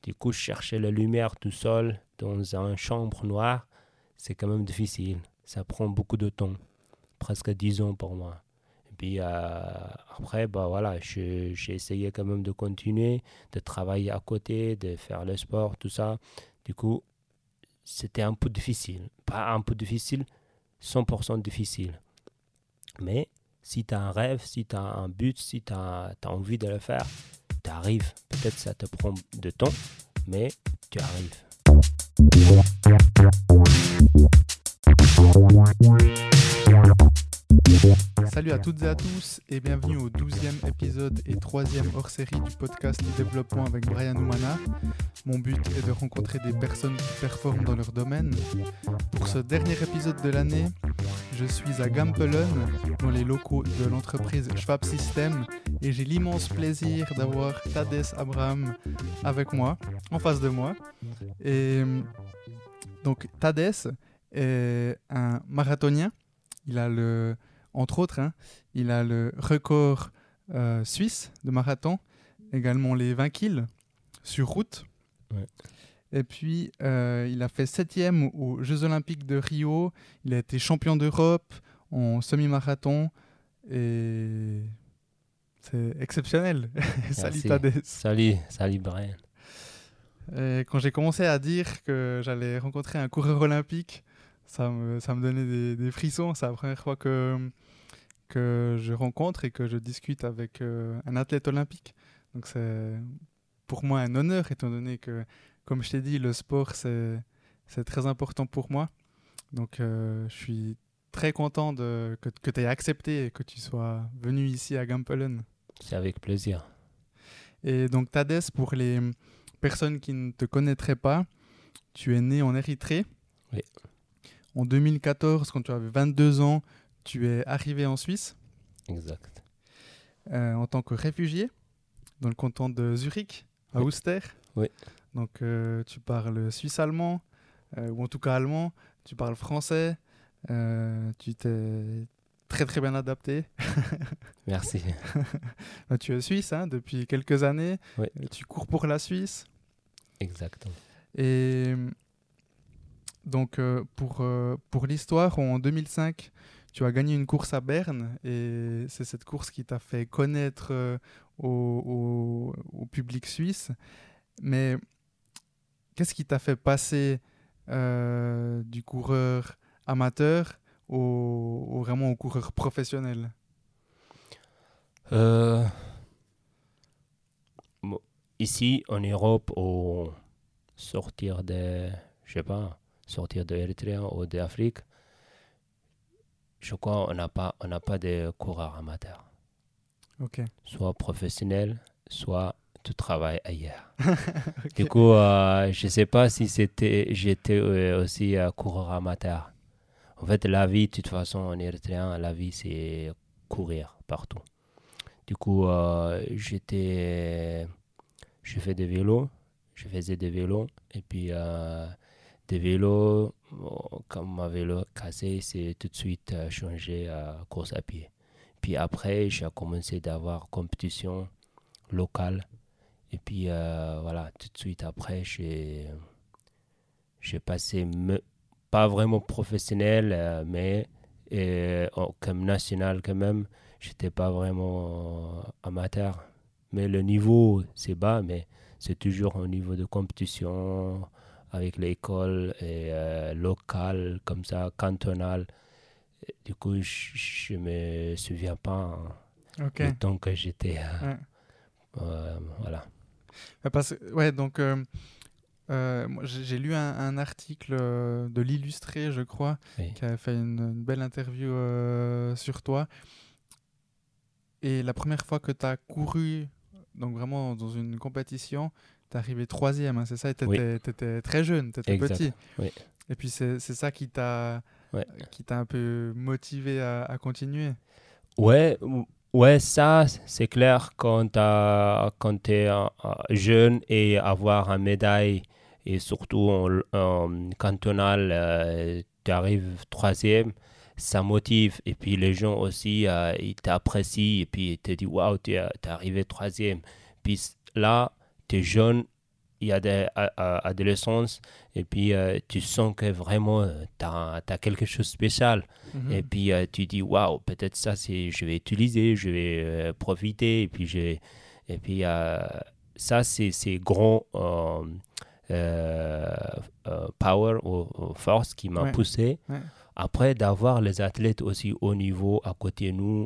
Du coup, chercher la lumière tout seul dans une chambre noire, c'est quand même difficile. Ça prend beaucoup de temps, presque 10 ans pour moi. Et puis après, voilà, j'ai essayé quand même de continuer, de travailler à côté, de faire le sport, tout ça. Du coup, c'était un peu difficile. Pas un peu difficile, 100% difficile. Mais si tu as un rêve, si tu as un but, si tu as envie de le faire, tu arrives. Peut-être que ça te prend de temps, mais tu arrives. Salut à toutes et à tous et bienvenue au 12e épisode et 3e hors-série du podcast Développement avec Brian Oumana. Mon but est de rencontrer des personnes qui performent dans leur domaine. Pour ce dernier épisode de l'année, je suis à Gampelen, dans les locaux de l'entreprise Schwab System, et j'ai l'immense plaisir d'avoir Thaddeus Abraham avec moi, en face de moi. Et donc Thaddeus est un marathonien. Il a entre autres, il a le record suisse de marathon, également les 20 kills sur route. Ouais. Et puis, il a fait 7e aux Jeux Olympiques de Rio. Il a été champion d'Europe en semi-marathon. Et c'est exceptionnel. Salut Thaddeus. Salut Brian. Et quand j'ai commencé à dire que j'allais rencontrer un coureur olympique, ça me donnait des frissons. C'est la première fois que je rencontre et que je discute avec un athlète olympique. Donc c'est pour moi un honneur, étant donné que, comme je t'ai dit, le sport c'est très important pour moi. Donc je suis très content que tu aies accepté et que tu sois venu ici à Gampelen. C'est avec plaisir. Et donc Thaddeus, pour les personnes qui ne te connaîtraient pas, tu es né en Érythrée. Oui. En 2014, quand tu avais 22 ans, tu es arrivé en Suisse. Exact. En tant que réfugié dans le canton de Zurich, à Oui. Ouster. Oui. Donc tu parles suisse-allemand, ou en tout cas allemand, tu parles français, tu t'es très très bien adapté. Merci. Tu es suisse depuis quelques années, Oui. Tu cours pour la Suisse. Exactement. Et donc pour l'histoire, en 2005, tu as gagné une course à Berne et c'est cette course qui t'a fait connaître au public suisse. Mais qu'est-ce qui t'a fait passer du coureur amateur vraiment au coureur professionnel ? Ici, en Europe, sortir de l'Érythrée ou d'Afrique, je crois qu'on n'a pas de coureurs amateurs. Okay. Soit professionnel, soit tu travailles ailleurs. Okay. Du coup, je ne sais pas si j'étais aussi coureur amateur. En fait, la vie, de toute façon, en Érythrée, la vie, c'est courir partout. Du coup, je faisais des vélos, et puis des vélos, quand mon vélo cassé, c'est tout de suite changé à course à pied. Puis après, j'ai commencé d'avoir compétition locale. Et puis voilà, tout de suite après, j'ai passé, pas vraiment professionnel, mais comme national quand même, j'étais pas vraiment amateur. Mais le niveau, c'est bas, mais c'est toujours au niveau de compétition avec l'école locale, comme ça, cantonale. Du coup, je me souviens pas Okay. du temps que j'étais. Voilà. Donc moi, j'ai lu un article de l'Illustré, je crois, Oui. qui a fait une belle interview sur toi. Et la première fois que tu as couru, donc vraiment dans une compétition, tu es arrivé 3e, c'est ça, et tu étais très jeune, tu étais petit. Oui. Et puis c'est ça qui t'a un peu motivé à continuer. Ouais, ça, c'est clair, quand tu es jeune et avoir une médaille, et surtout en cantonal, tu arrives 3e, ça motive. Et puis les gens aussi, ils t'apprécient et puis ils te disent « Waouh, tu es arrivé 3e ». Puis là, tu es jeune, il y a des adolescences et puis tu sens que vraiment tu as quelque chose de spécial. Et puis tu dis waouh, peut-être ça je vais utiliser, je vais profiter et puis ça c'est grand power ou force qui m'a poussé. Après d'avoir les athlètes aussi haut niveau à côté de nous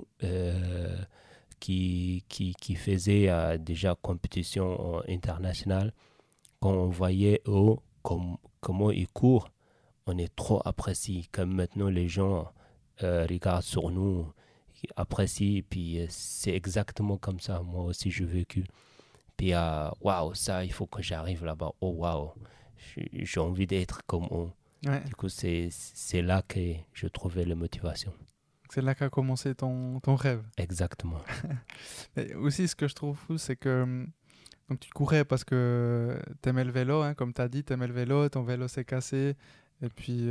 qui faisaient déjà compétition internationale, quand on voyait eux comment ils courent, on est trop apprécié. Comme maintenant les gens regardent sur nous, apprécient, et puis c'est exactement comme ça. Moi aussi j'ai vécu. Puis waouh, ça il faut que j'arrive là-bas. Oh waouh, j'ai envie d'être comme eux. Du coup c'est là que je trouvais la motivation. C'est là qu'a commencé ton rêve. Exactement. Et aussi, ce que je trouve fou, c'est que donc, tu courais parce que tu aimais le vélo, hein, comme tu as dit, tu aimais le vélo, ton vélo s'est cassé, et puis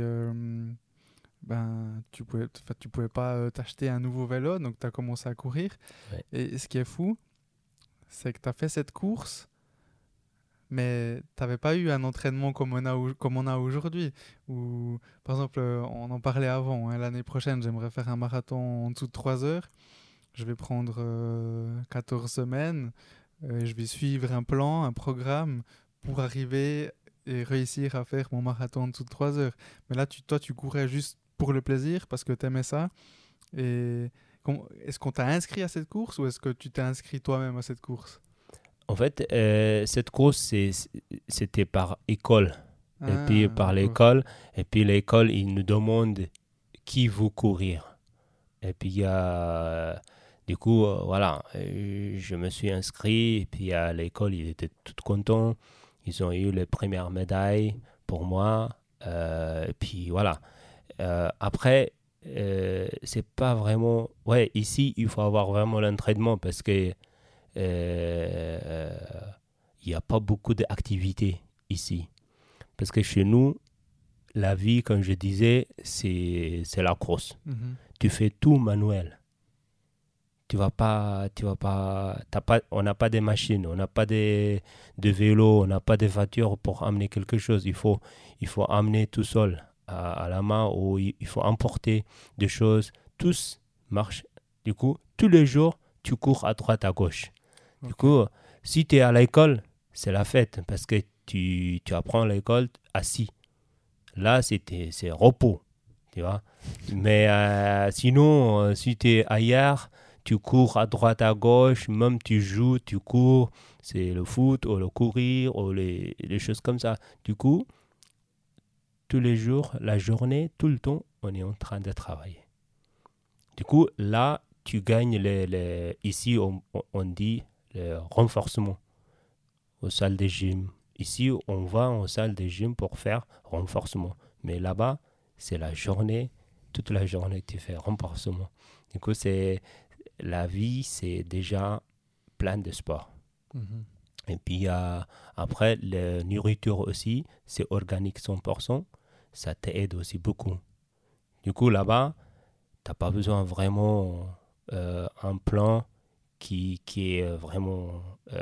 tu pouvais pas t'acheter un nouveau vélo, donc tu as commencé à courir. Ouais. Et ce qui est fou, c'est que tu as fait cette course, mais tu n'avais pas eu un entraînement comme on a aujourd'hui. Où, par exemple, on en parlait avant, hein, l'année prochaine, j'aimerais faire un marathon en dessous de 3 heures. Je vais prendre 14 semaines, je vais suivre un plan, un programme pour arriver et réussir à faire mon marathon en dessous de 3 heures. Mais là, toi, tu courais juste pour le plaisir parce que tu aimais ça. Et est-ce qu'on t'a inscrit à cette course ou est-ce que tu t'es inscrit toi-même à cette course? En fait, cette course, c'était par école. Et puis par l'école. Et puis l'école, il nous demande qui veut courir. Et puis du coup, voilà, je me suis inscrit. Et puis à l'école, ils étaient tout contents. Ils ont eu les premières médailles pour moi. Et puis voilà. Après, c'est pas vraiment... Ouais, ici, il faut avoir vraiment l'entraînement parce que il n'y a pas beaucoup d'activités ici. Parce que chez nous, la vie, comme je disais, c'est la course. Tu fais tout manuel. On n'a pas de machines, on n'a pas de vélos, on n'a pas de voitures pour amener quelque chose. Il faut amener tout seul à la main ou il faut emporter des choses. Tous marchent. Du coup, tous les jours, tu cours à droite, à gauche. Du coup, si tu es à l'école, c'est la fête parce que tu apprends à l'école assis. Là, c'est repos, tu vois. Mais sinon, si tu es ailleurs, tu cours à droite, à gauche, même tu joues, tu cours. C'est le foot ou le courir ou les choses comme ça. Du coup, tous les jours, la journée, tout le temps, on est en train de travailler. Du coup, là, tu gagnes ici, on dit le renforcement aux salles de gym. Ici, on va en salle de gym pour faire renforcement. Mais là-bas, c'est la journée, toute la journée, tu fais renforcement. Du coup, la vie, c'est déjà plein de sport. Et puis, après, la nourriture aussi, c'est organique 100%. Ça t'aide aussi beaucoup. Du coup, là-bas, tu n'as pas besoin vraiment un plan qui est vraiment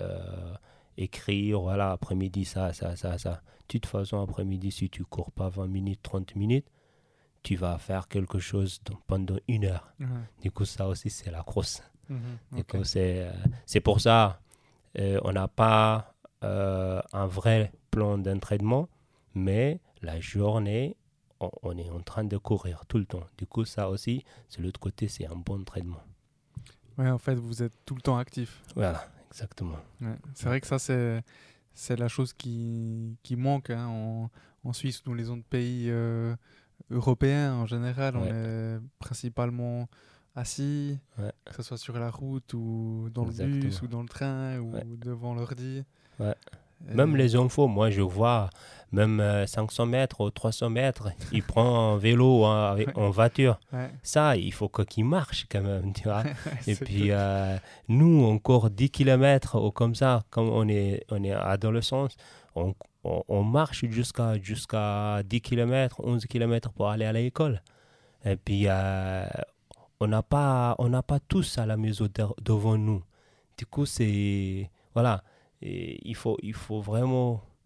écrit, voilà, après-midi, ça. De toute façon, après-midi, si tu ne cours pas 20 minutes, 30 minutes, tu vas faire quelque chose pendant 1 heure. Du coup, ça aussi, c'est la course. Du coup, c'est pour ça, on n'a pas un vrai plan d'entraînement, mais la journée, on est en train de courir tout le temps. Du coup, ça aussi, de l'autre côté, c'est un bon entraînement. Ouais, en fait, vous êtes tout le temps actif. Voilà, exactement. Ouais. C'est vrai que ça, c'est la chose qui manque hein, en Suisse ou dans les autres pays européens en général. On est principalement assis, que ce soit sur la route ou dans le bus ou dans le train ou devant l'ordi. Ouais. Même les enfants, moi je vois, même 500 mètres ou 300 mètres, ils prennent un vélo en voiture. Ça, il faut qu'ils marchent quand même, tu vois. Et puis, nous, encore 10 km ou comme ça, comme on est adolescents, on marche jusqu'à 10 km, 11 km pour aller à l'école. Et puis, on n'a pas tous à la maison devant nous. Du coup, c'est... Voilà. Et il faut vraiment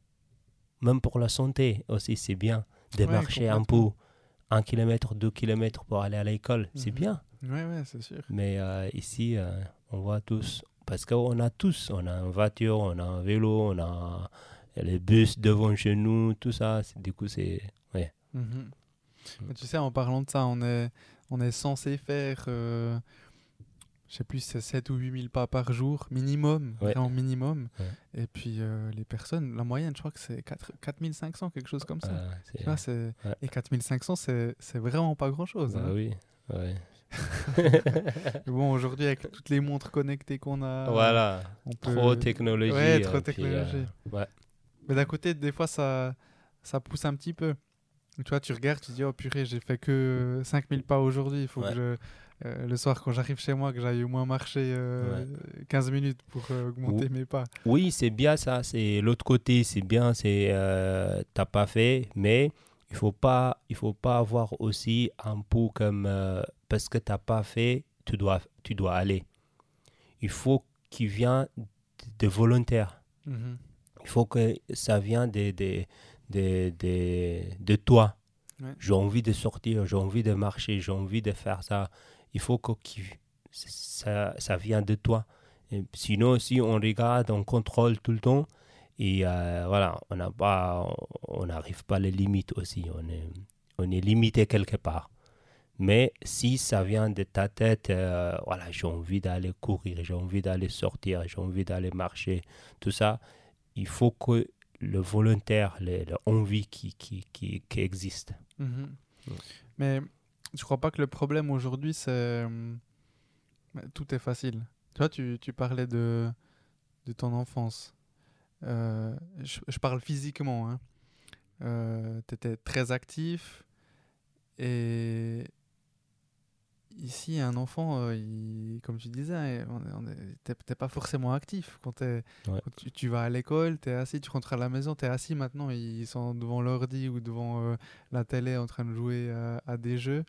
même pour la santé aussi, c'est bien de marcher un peu, 1 kilomètre, 2 kilomètres pour aller à l'école. C'est bien. Oui, c'est sûr. Mais ici, on voit tous, parce qu'on a tous, on a une voiture, on a un vélo, on a les bus devant chez nous, tout ça. Du coup, c'est... Ouais. Mais tu sais, en parlant de ça, on est censé faire, je sais plus, c'est 7 ou 8 000 pas par jour, minimum, vraiment minimum. Ouais. Et puis les personnes, la moyenne, je crois que c'est 4 500, quelque chose comme ça. Tu vois, et 4 500, c'est vraiment pas grand-chose. Bah hein. Oui, ouais. Bon, aujourd'hui, avec toutes les montres connectées qu'on a, voilà, on peut... trop technologie. Ouais, trop technologie. Ouais. Mais d'un côté, des fois, ça pousse un petit peu. Tu vois, tu regardes, tu dis, oh purée, j'ai fait que 5000 pas aujourd'hui. Il faut que le soir, quand j'arrive chez moi, que j'aille au moins marcher 15 minutes pour augmenter mes pas. Oui, c'est bien ça. C'est l'autre côté, c'est bien. C'est t'as pas fait, mais il faut pas avoir aussi un peu comme parce que t'as pas fait, tu dois aller. Il faut qu'il vienne de volontaire. Il faut que ça vienne de toi. Ouais. J'ai envie de sortir, j'ai envie de marcher, j'ai envie de faire ça. Il faut que ça vienne de toi. Et sinon, si on regarde, on contrôle tout le temps, et voilà, on n'arrive pas à les limites aussi. On est limité quelque part. Mais si ça vient de ta tête, voilà, j'ai envie d'aller courir, j'ai envie d'aller sortir, j'ai envie d'aller marcher, tout ça, il faut que le volontaire, l'envie qui existe. Mais je crois pas que le problème aujourd'hui, c'est... tout est facile. Toi, tu parlais de ton enfance. Je parle physiquement. Hein. Tu étais très actif. Et ici, un enfant, comme tu disais, t'es pas forcément actif. Quand tu vas à l'école, tu es assis, tu rentres à la maison, tu es assis. Maintenant, ils sont devant l'ordi ou devant la télé en train de jouer à des jeux.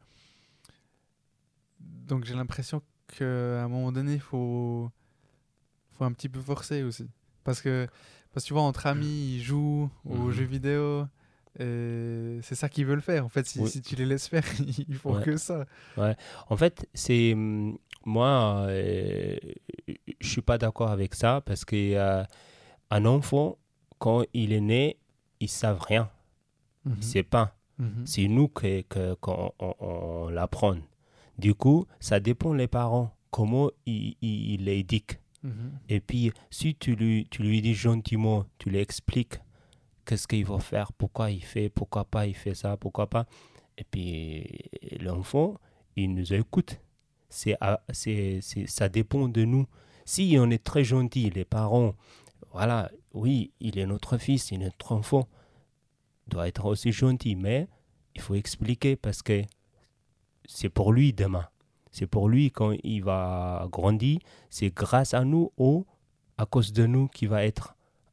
Donc j'ai l'impression qu'à un moment donné, il faut un petit peu forcer aussi. Parce que tu vois, entre amis, ils jouent aux jeux vidéo. Et c'est ça qu'ils veulent faire. En fait, si tu les laisses faire, ils font que ça. Ouais. En fait, c'est... Moi, je suis pas d'accord avec ça parce qu'un enfant, quand il est né, il ne sait rien. Il ne sait pas. C'est nous qu'on l'apprend. Du coup, ça dépend des parents, comment ils l'éduquent. Et puis, si tu lui dis gentiment, tu lui expliques qu'est-ce qu'il va faire, pourquoi il fait, pourquoi pas il fait ça, pourquoi pas. Et puis, l'enfant, il nous écoute. Ça dépend de nous. Si on est très gentil, les parents, voilà, oui, il est notre fils, il est notre enfant, il doit être aussi gentil, mais il faut expliquer parce que c'est pour lui demain. C'est pour lui quand il va grandir. C'est grâce à nous ou à cause de nous qu'il va être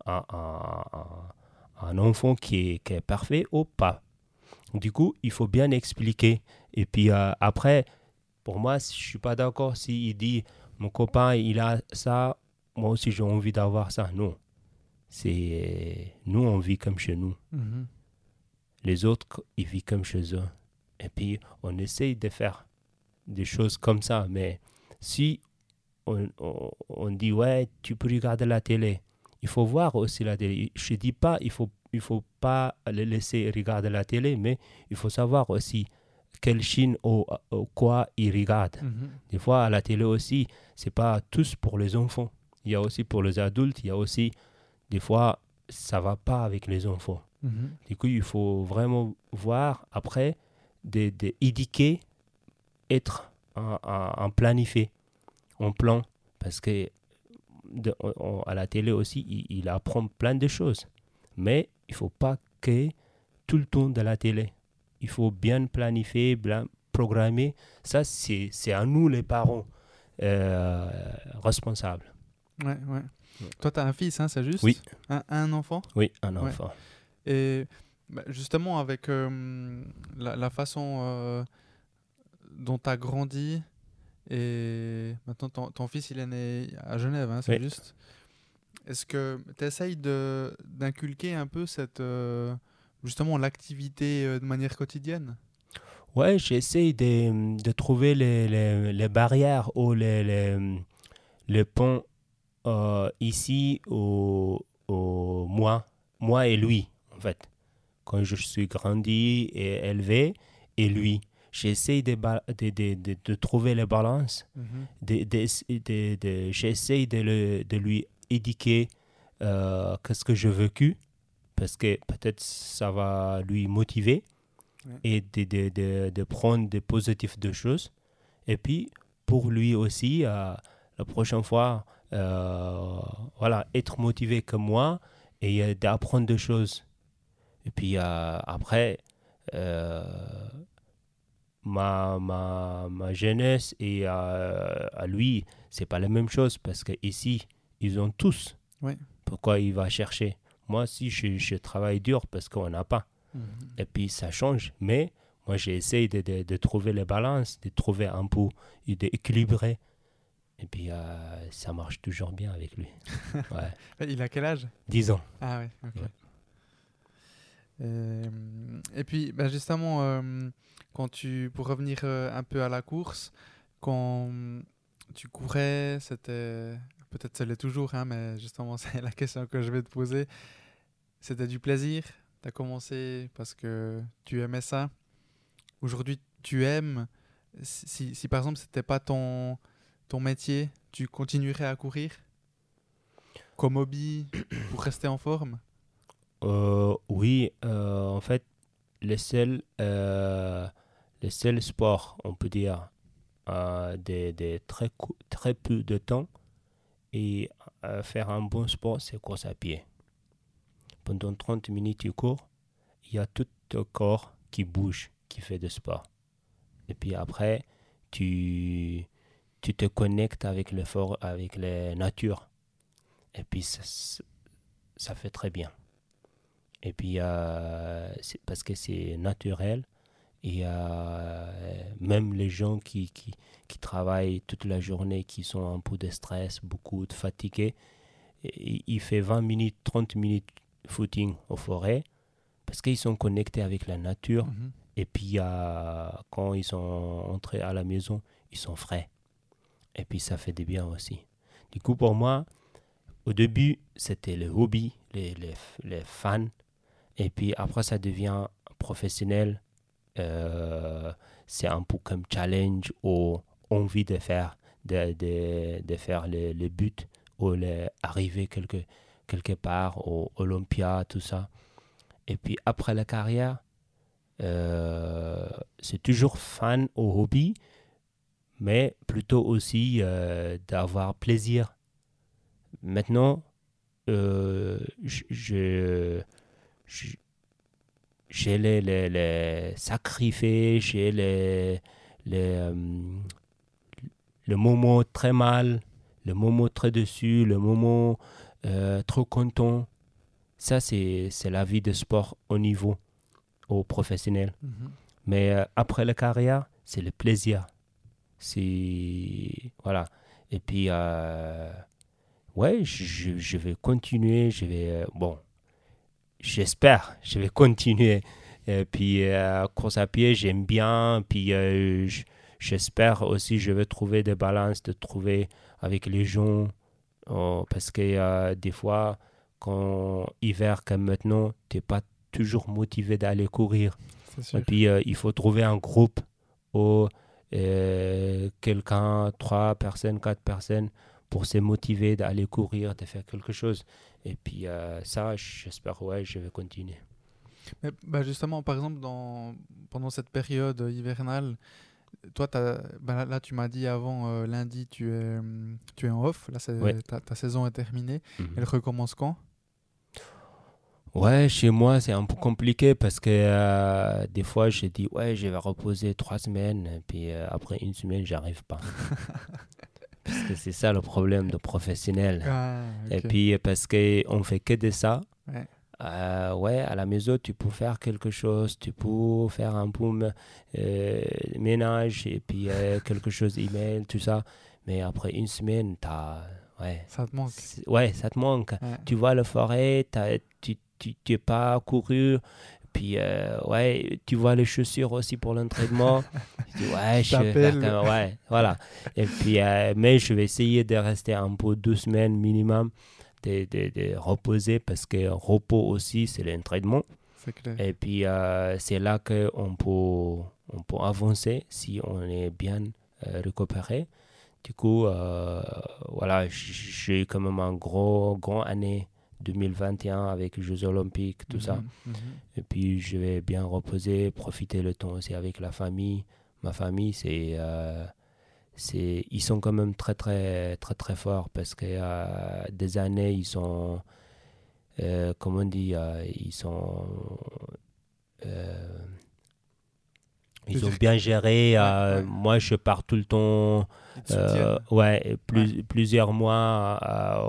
un enfant qui est parfait ou pas. Du coup, il faut bien expliquer. Et puis après, pour moi, je ne suis pas d'accord s'il dit mon copain, il a ça, moi aussi j'ai envie d'avoir ça. Non. Nous, on vit comme chez nous. Les autres, ils vivent comme chez eux. Et puis, on essaye de faire des choses comme ça. Mais si on dit, ouais, tu peux regarder la télé, il faut voir aussi la télé. Je ne dis pas, il faut pas les laisser regarder la télé, mais il faut savoir aussi quelle chaîne ou quoi ils regardent. Des fois, à la télé aussi, ce n'est pas tous pour les enfants. Il y a aussi pour les adultes, il y a aussi, des fois, ça ne va pas avec les enfants. Du coup, il faut vraiment voir, après, d'éduquer, être en planifié, en plan, parce que à la télé aussi, il apprend plein de choses. Mais il ne faut pas que tout le temps de la télé. Il faut bien planifier, bien programmer. Ça, c'est à nous, les parents, responsables. Ouais. Toi, tu as un fils, hein, c'est juste? Oui. Un enfant? Oui, un enfant. Et justement, avec la façon dont tu as grandi, et maintenant ton fils, il est né à Genève, hein, c'est juste? Est-ce que tu essayes d'inculquer un peu justement l'activité de manière quotidienne? Ouais, j'essaie de trouver les barrières ou les ponts ici moi et lui, en fait. Quand je suis grandi et élevé, et lui. J'essaie de trouver les balances. Mhm. J'essaie de lui éduquer qu'est-ce que j'ai vécu, parce que peut-être ça va lui motiver Ouais. et de prendre des positifs de choses. Et puis, pour lui aussi, la prochaine fois, voilà, être motivé comme moi et d'apprendre des choses. Et puis après, euh, ma jeunesse et à lui, c'est pas la même chose parce qu'ici, ils ont tous. Ouais. Pourquoi il va chercher? Moi, si je travaille dur parce qu'on n'a pas. Mhm. Et puis ça change. Mais moi, j'essaie de trouver les balances, de trouver un peu, et d'équilibrer. Et puis ça marche toujours bien avec lui. Ouais. Il a quel âge? 10 ans. Ah ouais, ok. Ouais. Et puis, ben justement, pour revenir un peu à la course, quand tu courais, c'était, peut-être ça l'est toujours, hein, mais justement, c'est la question que je vais te poser. C'était du plaisir. Tu as commencé parce que tu aimais ça. Aujourd'hui, tu aimes. Si par exemple, c'était pas ton métier, tu continuerais à courir comme hobby pour rester en forme? Oui, en fait, le seul, le seul sport, on peut dire, très peu de temps et faire un bon sport, c'est course à pied. Pendant 30 minutes, tu cours, il y a tout ton corps qui bouge, qui fait du sport. Et puis après, tu te connectes avec avec la nature. Et puis ça fait très bien. Et puis c'est parce que c'est naturel. Et même les gens qui travaillent toute la journée, qui sont un peu de stress, beaucoup de fatigués, il fait 20 minutes, 30 minutes footing aux forêts parce qu'ils sont connectés avec la nature. Mhm. Et puis quand ils sont entrés à la maison, ils sont frais. Et puis ça fait du bien aussi. Du coup, pour moi, au début, c'était le hobby, les fans. Et puis après, ça devient professionnel. C'est un peu comme challenge ou envie de faire, de faire le but ou arriver quelque part au Olympia, tout ça. Et puis après la carrière, c'est toujours fan au hobby, mais plutôt aussi d'avoir plaisir. Maintenant, j'ai les sacrifiés, j'ai les, le moment très mal, le moment très dessus, le moment trop content. Ça, c'est la vie de sport au niveau, au professionnel. Mhm. Mais après la carrière, c'est le plaisir. Voilà. Et puis, ouais, je vais continuer. Bon, j'espère, je vais continuer. Et puis, course à pied, j'aime bien. Puis, j'espère aussi, je vais trouver des balances, de trouver avec les gens. Parce que des fois, quand hiver comme maintenant, tu n'es pas toujours motivé d'aller courir. C'est sûr. Et puis, il faut trouver un groupe où quelqu'un, 3 personnes, 4 personnes, pour se motiver d'aller courir, de faire quelque chose. Et puis, ça, j'espère, ouais, je vais continuer. Mais, bah justement, par exemple, pendant cette période hivernale, toi, là, tu m'as dit avant, lundi, tu es en off. Là, Ouais. ta saison est terminée. Mhm. Elle recommence quand? Ouais, chez moi, c'est un peu compliqué parce que des fois, je dis, ouais, je vais reposer 3 semaines. Et puis après une semaine, j'arrive pas. Parce que c'est ça le problème de professionnel. Ah, Et ok. puis parce qu'on fait que de ça. Ouais. Ouais, à la maison, tu peux faire quelque chose, tu peux faire un peu ménage et puis quelque chose, email, tout ça. Mais après une semaine, ouais. Ça te manque. Ouais, ça te manque. Ouais. Tu vois la forêt, tu n'es pas couru. Puis, ouais, tu vois les chaussures aussi pour l'entraînement. Je dis, ouais, Tu je vais faire t'appelles. quand même, ouais, voilà. Et puis, mais je vais essayer de rester un peu 2 semaines minimum, de reposer parce que repos aussi, c'est l'entraînement. C'est clair. Et puis, c'est là on peut avancer si on est bien récupéré. Du coup, voilà, j'ai eu quand même un grand année 2021 avec les Jeux Olympiques, tout ça. Et puis, je vais bien reposer, profiter le temps aussi avec la famille. Ma famille, ils sont quand même très, très, très, très forts parce que des années, ils sont, comment on dit, euh, ils ont bien géré. Ouais. Moi, je pars tout le temps, Ils te soutiennent. ouais, Ouais. plusieurs mois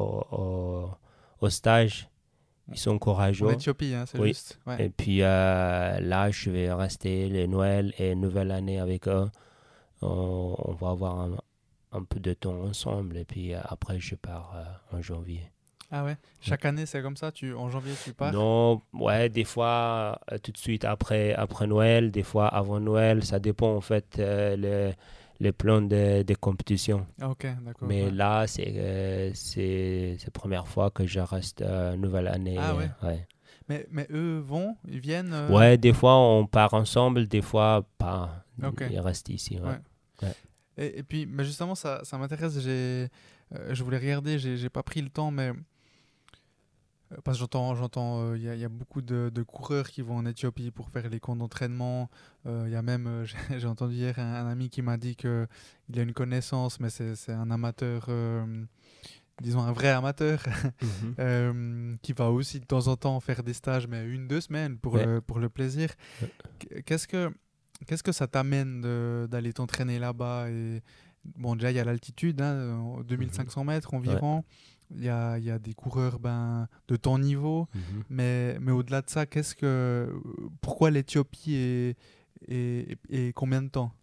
au stage. Ils sont En courageux. Éthiopie, hein, c'est Oui. juste. Ouais. Et puis là, je vais rester les Noël et Nouvelle Année avec eux. On va avoir un peu de temps ensemble. Et puis après, je pars en janvier. Ah ouais. Chaque année, c'est comme ça. En janvier, tu pars. Non, ouais, des fois tout de suite après Noël, des fois avant Noël. Ça dépend en fait les plans de compétition. Ah, ok, d'accord. Mais Ouais. là, c'est la première fois que je reste Nouvelle Année. Ah ouais. Ouais. Mais eux ils viennent. Ouais, des fois on part ensemble, des fois pas. Ok. Ils restent ici. Ouais. Ouais. Ouais. Et puis, mais justement, ça m'intéresse. Je voulais regarder, j'ai pas pris le temps, mais parce que il y a beaucoup de coureurs qui vont en Éthiopie pour faire les camps d'entraînement. Il y a même, j'ai entendu hier un ami qui m'a dit que il a une connaissance, mais c'est un amateur, disons un vrai amateur, Mhm. qui va aussi de temps en temps faire des stages, mais 1-2 semaines Ouais. pour le plaisir. Ouais. Qu'est-ce que ça t'amène d'aller t'entraîner là-bas et, bon, déjà, il y a l'altitude, hein, 2500 mètres Ouais. environ. Il y a des coureurs de ton niveau. Mhm. Mais au-delà de ça, pourquoi l'Éthiopie et combien de temps?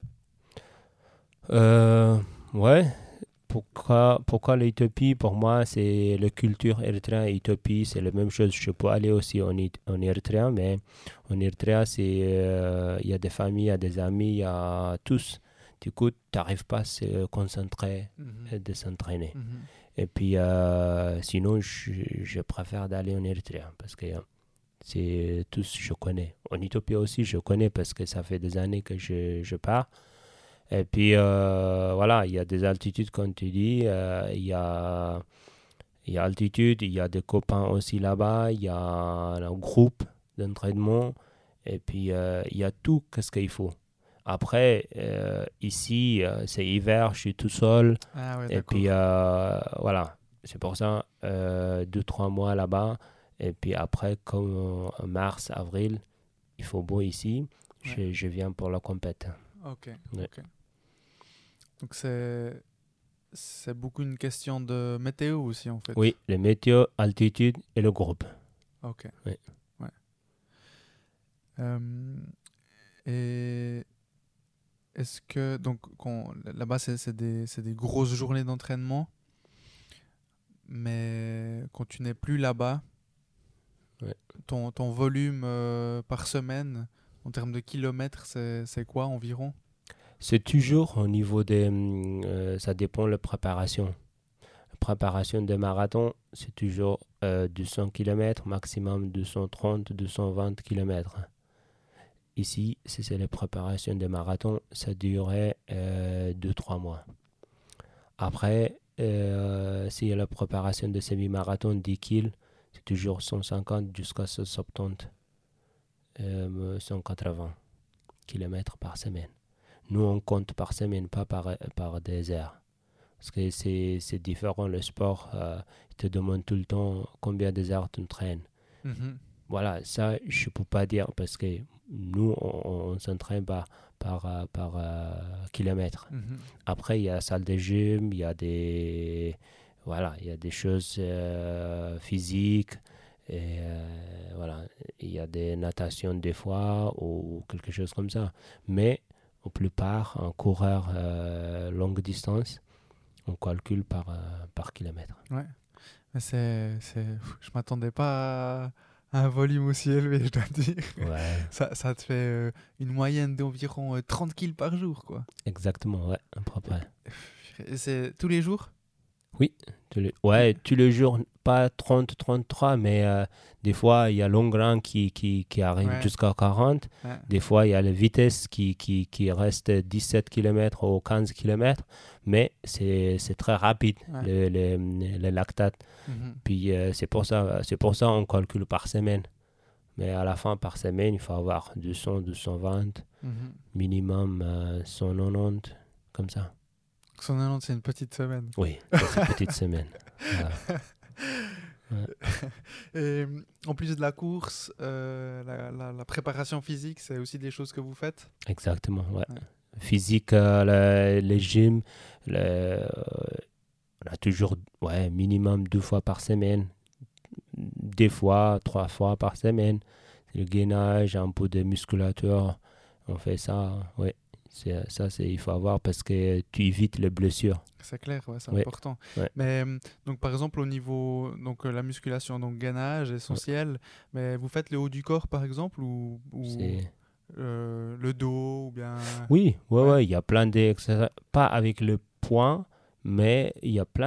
Ouais. Pourquoi l'Éthiopie? Pour moi, c'est la culture érythréenne et Éthiopie, c'est la même chose. Je peux aller aussi en Érythrée, mais en Érythrée, il y a des familles, il y a des amis, il y a tous. Du coup, tu n'arrives pas à se concentrer et de s'entraîner. Mhm. Et puis, sinon, je préfère d'aller en Érythrée parce que c'est tous, je connais. En Éthiopie aussi, je connais parce que ça fait des années que je pars. Et puis, voilà, il y a des altitudes, comme tu dis. Il y a altitude, il y a des copains aussi là-bas. Il y a un groupe d'entraînement. Et puis, il y a tout, qu'est-ce qu'il faut. Après, ici, c'est hiver, je suis tout seul. Ah ouais, Et d'accord. puis, voilà, c'est pour ça, 2-3 mois là-bas. Et puis après, comme en mars, avril, il faut beau ici. Ouais. Je viens pour la compète. Ok, Ouais. ok. Donc c'est beaucoup une question de météo aussi, en fait. Oui, le météo, altitude et le groupe. Ok. Oui. Ouais. Et est-ce que, donc, là-bas, c'est des grosses journées d'entraînement, mais quand tu n'es plus là-bas, Ouais. ton volume par semaine, en termes de kilomètres, c'est quoi environ? C'est toujours au niveau des... ça dépend de la préparation. La préparation de marathon, c'est toujours 200 km, maximum 230, 220 km. Ici, si c'est la préparation de marathon, ça durait 2-3 mois. Après, s'il y a la préparation de semi-marathon 10 kg, c'est toujours 150 jusqu'à 170, 180 km par semaine. Nous, on compte par semaine, pas par des heures. Parce que c'est différent, le sport, il te demande tout le temps combien d'heures tu entraînes. Mhm. Voilà, ça, je ne peux pas dire parce que nous, on s'entraîne par kilomètre. Mhm. Après, il y a la salle de gym, il y a voilà, il y a des choses physiques. Et voilà, il y a des natations des fois ou quelque chose comme ça. Mais, au plupart, un coureur longue distance, On calcule par kilomètre. Ouais. Mais je m'attendais pas à un volume aussi élevé, je dois dire. Ouais. Ça te fait une moyenne d'environ 30 kills par jour, quoi. Exactement, ouais, à peu près. Et c'est tous les jours? Oui, tous les jours, pas 30, 33, mais des fois, il y a long run qui arrive jusqu'à 40. Ouais. Des fois, il y a la vitesse qui reste 17 km ou 15 km, mais c'est très rapide, le lactate. Puis c'est pour ça on calcule par semaine. Mais à la fin, par semaine, il faut avoir 200, 220, minimum 190, comme ça. 190, c'est une petite semaine. Oui, c'est une petite semaine. Voilà. Ouais. Et en plus de la course, la préparation physique, c'est aussi des choses que vous faites? Exactement, ouais. Physique, les gyms, on a toujours minimum 2 fois par semaine, des fois 3 fois par semaine. Le gainage, un peu de musculature, on fait ça, ouais. Il faut avoir parce que tu évites les blessures. C'est clair, c'est important. Ouais. Mais donc par exemple au niveau la musculation, donc gainage essentiel, mais vous faites le haut du corps par exemple ou le dos ou bien... Oui, il y a plein d'exercices, pas avec le poids, mais il y a plein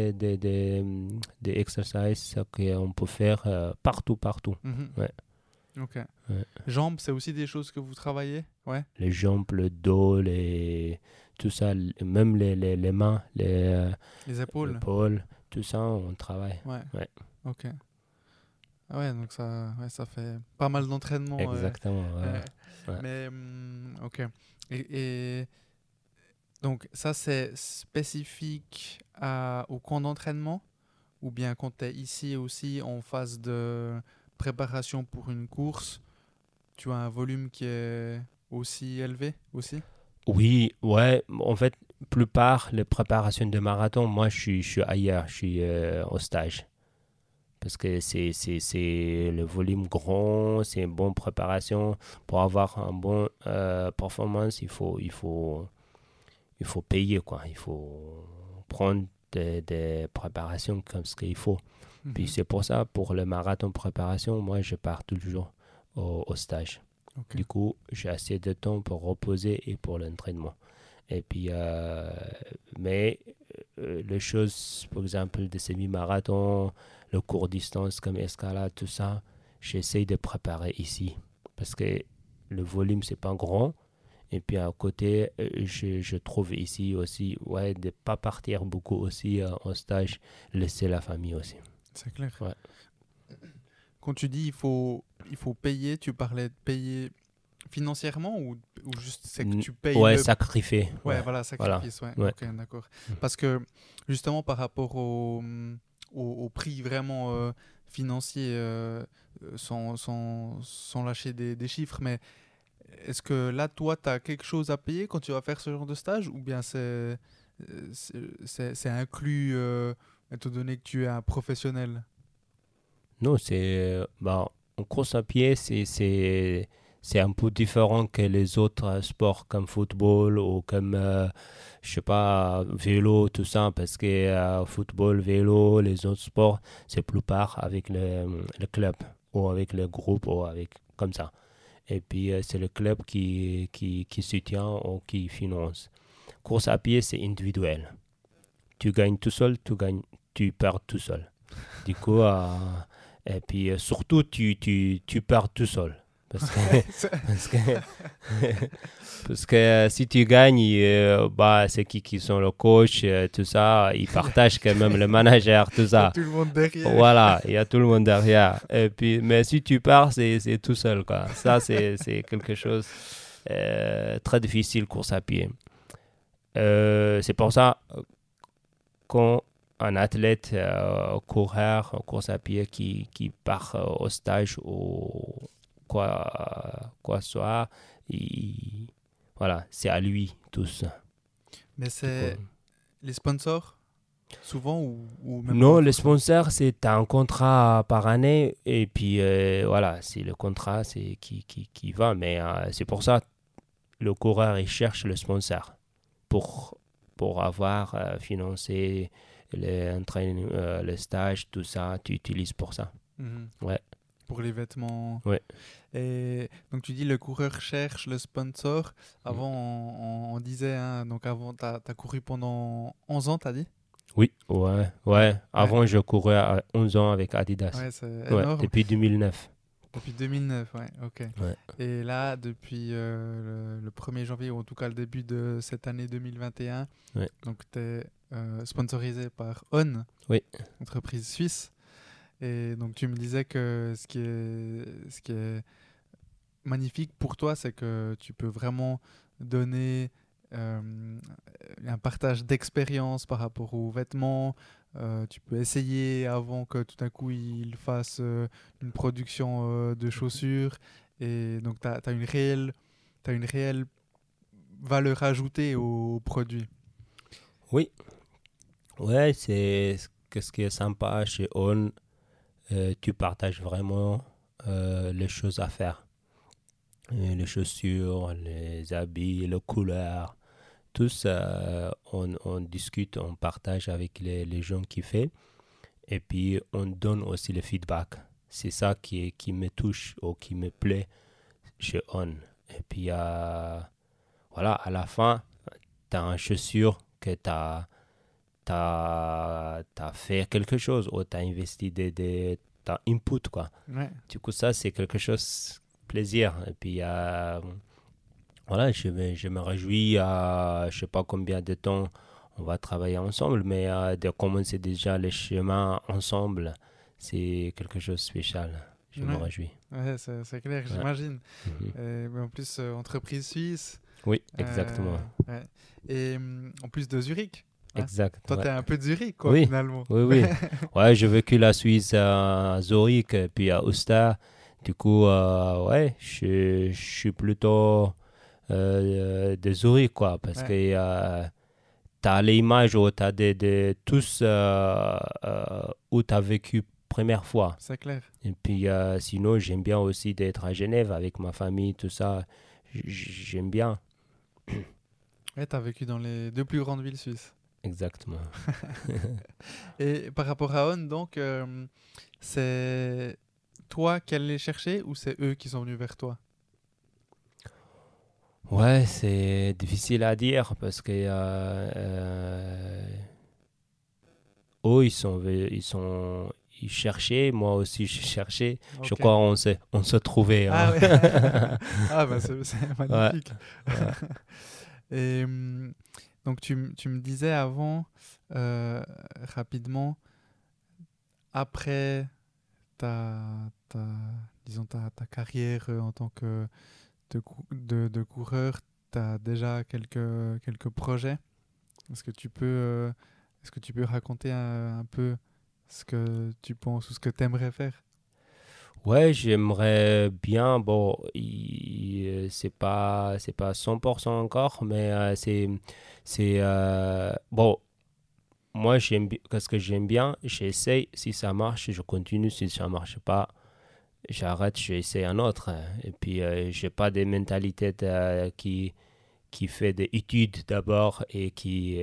d'exercices qu'on peut faire partout. Ouais. Ok. Ouais. Jambes, c'est aussi des choses que vous travaillez? Ouais. Les jambes, le dos, tout ça, même les mains, les épaules, tout ça, on travaille. Ouais. Ok. Ah ouais, donc ça fait pas mal d'entraînement. Exactement. Ouais. Mais ok. Et donc ça, c'est spécifique au camp d'entraînement ou bien quand tu es ici aussi en phase de préparation pour une course, tu as un volume qui est aussi élevé aussi? Oui, ouais. En fait, plupart les préparations de marathon, moi je suis ailleurs, je suis au stage. Parce que c'est le volume grand, c'est une bonne préparation. Pour avoir une bonne performance, il faut payer, quoi. Il faut prendre des préparations comme ce qu'il faut. Puis c'est pour ça, pour le marathon préparation, moi je pars toujours au stage. Okay. Du coup, j'ai assez de temps pour reposer et pour l'entraînement. Et puis, mais les choses, par exemple, de semi-marathon, le court distance comme escalade, tout ça, j'essaie de préparer ici. Parce que le volume, c'est pas grand. Et puis à côté, je trouve ici aussi, de ne pas partir beaucoup aussi en stage, laisser la famille aussi. C'est clair. Ouais. Quand tu dis il faut payer, tu parlais de payer financièrement ou juste c'est que tu payes sacrifier. Voilà, sacrifice. Voilà. Ouais. Ok, d'accord. Parce que justement par rapport au prix vraiment financier, sans lâcher des chiffres, mais est-ce que là, toi, tu as quelque chose à payer quand tu vas faire ce genre de stage ou bien c'est inclus étant donné que tu es un professionnel? Non, en course à pied, c'est un peu différent que les autres sports comme football ou comme, je sais pas, vélo, tout ça, parce que football, vélo, les autres sports, c'est plupart avec le club ou avec le groupe ou avec comme ça. Et puis, c'est le club qui soutient ou qui finance. Course à pied, c'est individuel. Tu gagnes tout seul, tu perds tout seul. Du coup, et puis surtout, tu perds tout seul. Parce que si tu gagnes, c'est qui sont le coach, tout ça, ils partagent quand même le manager, tout ça. Il y a tout le monde derrière. Voilà, il y a tout le monde derrière. Et puis, mais si tu pars, c'est tout seul, quoi. Ça, c'est quelque chose très difficile, course à pied. C'est pour ça, quand un athlète coureur, course à pied qui part au stage ou quoi soit, voilà, c'est à lui tous. Mais c'est les sponsors souvent ou même non, les sponsors, c'est un contrat par année et puis voilà, c'est le contrat c'est qui va, mais c'est pour ça le coureur il cherche le sponsor pour pour avoir financé le stage, tout ça, tu utilises pour ça. Ouais. Pour les vêtements. Ouais. Et donc tu dis le coureur cherche le sponsor. Avant, on disait, hein, donc avant, tu as couru pendant 11 ans, tu as dit? Oui, ouais. Avant, je courais à 11 ans avec Adidas. Ouais, c'est énorme. Depuis 2009. Depuis 2009, ouais, ok. Ouais. Et là, depuis le 1er janvier, ou en tout cas le début de cette année 2021, ouais. donc tu es sponsorisé par On, oui. entreprise suisse. Et donc tu me disais que ce qui est magnifique pour toi, c'est que tu peux vraiment donner un partage d'expérience par rapport aux vêtements. Tu peux essayer avant que tout d'un coup ils fassent une production de chaussures. Et donc tu as une réelle valeur ajoutée au produit. Oui. Ouais, c'est ce qui est sympa chez On. Tu partages vraiment les choses à faire. Les chaussures, les habits, les couleurs. Tous, on discute, on partage avec les gens qui font. Et puis, on donne aussi le feedback. C'est ça qui me touche ou qui me plaît chez On. Et puis, voilà, à la fin, tu as une chaussure que tu as fait quelque chose ou tu as investi ta input, quoi. Ouais. Du coup, ça, c'est quelque chose plaisir. Et puis, voilà, je me réjouis à je sais pas combien de temps on va travailler ensemble, mais de commencer déjà le chemin ensemble, c'est quelque chose de spécial. Je me réjouis. Ouais, c'est clair, j'imagine. Mais en plus, entreprise suisse. Oui, exactement. Ouais. Et en plus de Zurich. Exact. Toi, t'es un peu de Zurich, quoi, oui. finalement. Oui. Ouais, j'ai vécu la Suisse à Zurich, puis à Uster. Du coup, ouais, je suis plutôt de Zurich, quoi, parce que tu as l'image où tu as tous où tu as vécu première fois. C'est clair. Et puis, sinon, j'aime bien aussi d'être à Genève avec ma famille, tout ça. J'aime bien. Ouais, tu as vécu dans les 2 plus grandes villes suisses. Exactement. Et par rapport à On, donc, c'est toi qui allais les chercher ou c'est eux qui sont venus vers toi? Ouais, c'est difficile à dire parce que eux, ils cherchaient, moi aussi je cherchais. Okay. Je crois qu'on se trouvait. Ah, hein. ouais. Ah bah c'est magnifique. Ouais. Et donc tu me disais avant, rapidement, après disons ta carrière en tant que de coureur, tu as déjà quelques projets. Est-ce que tu peux raconter un peu ce que tu penses ou ce que tu aimerais faire? Ouais, j'aimerais bien. Bon, c'est pas 100% encore, mais bon. Moi, qu'est-ce que j'aime bien, j'essaye. Si ça marche, je continue. Si ça marche pas, j'arrête, j'essaie un autre. Et puis, j'ai pas des mentalités qui fait des études d'abord et qui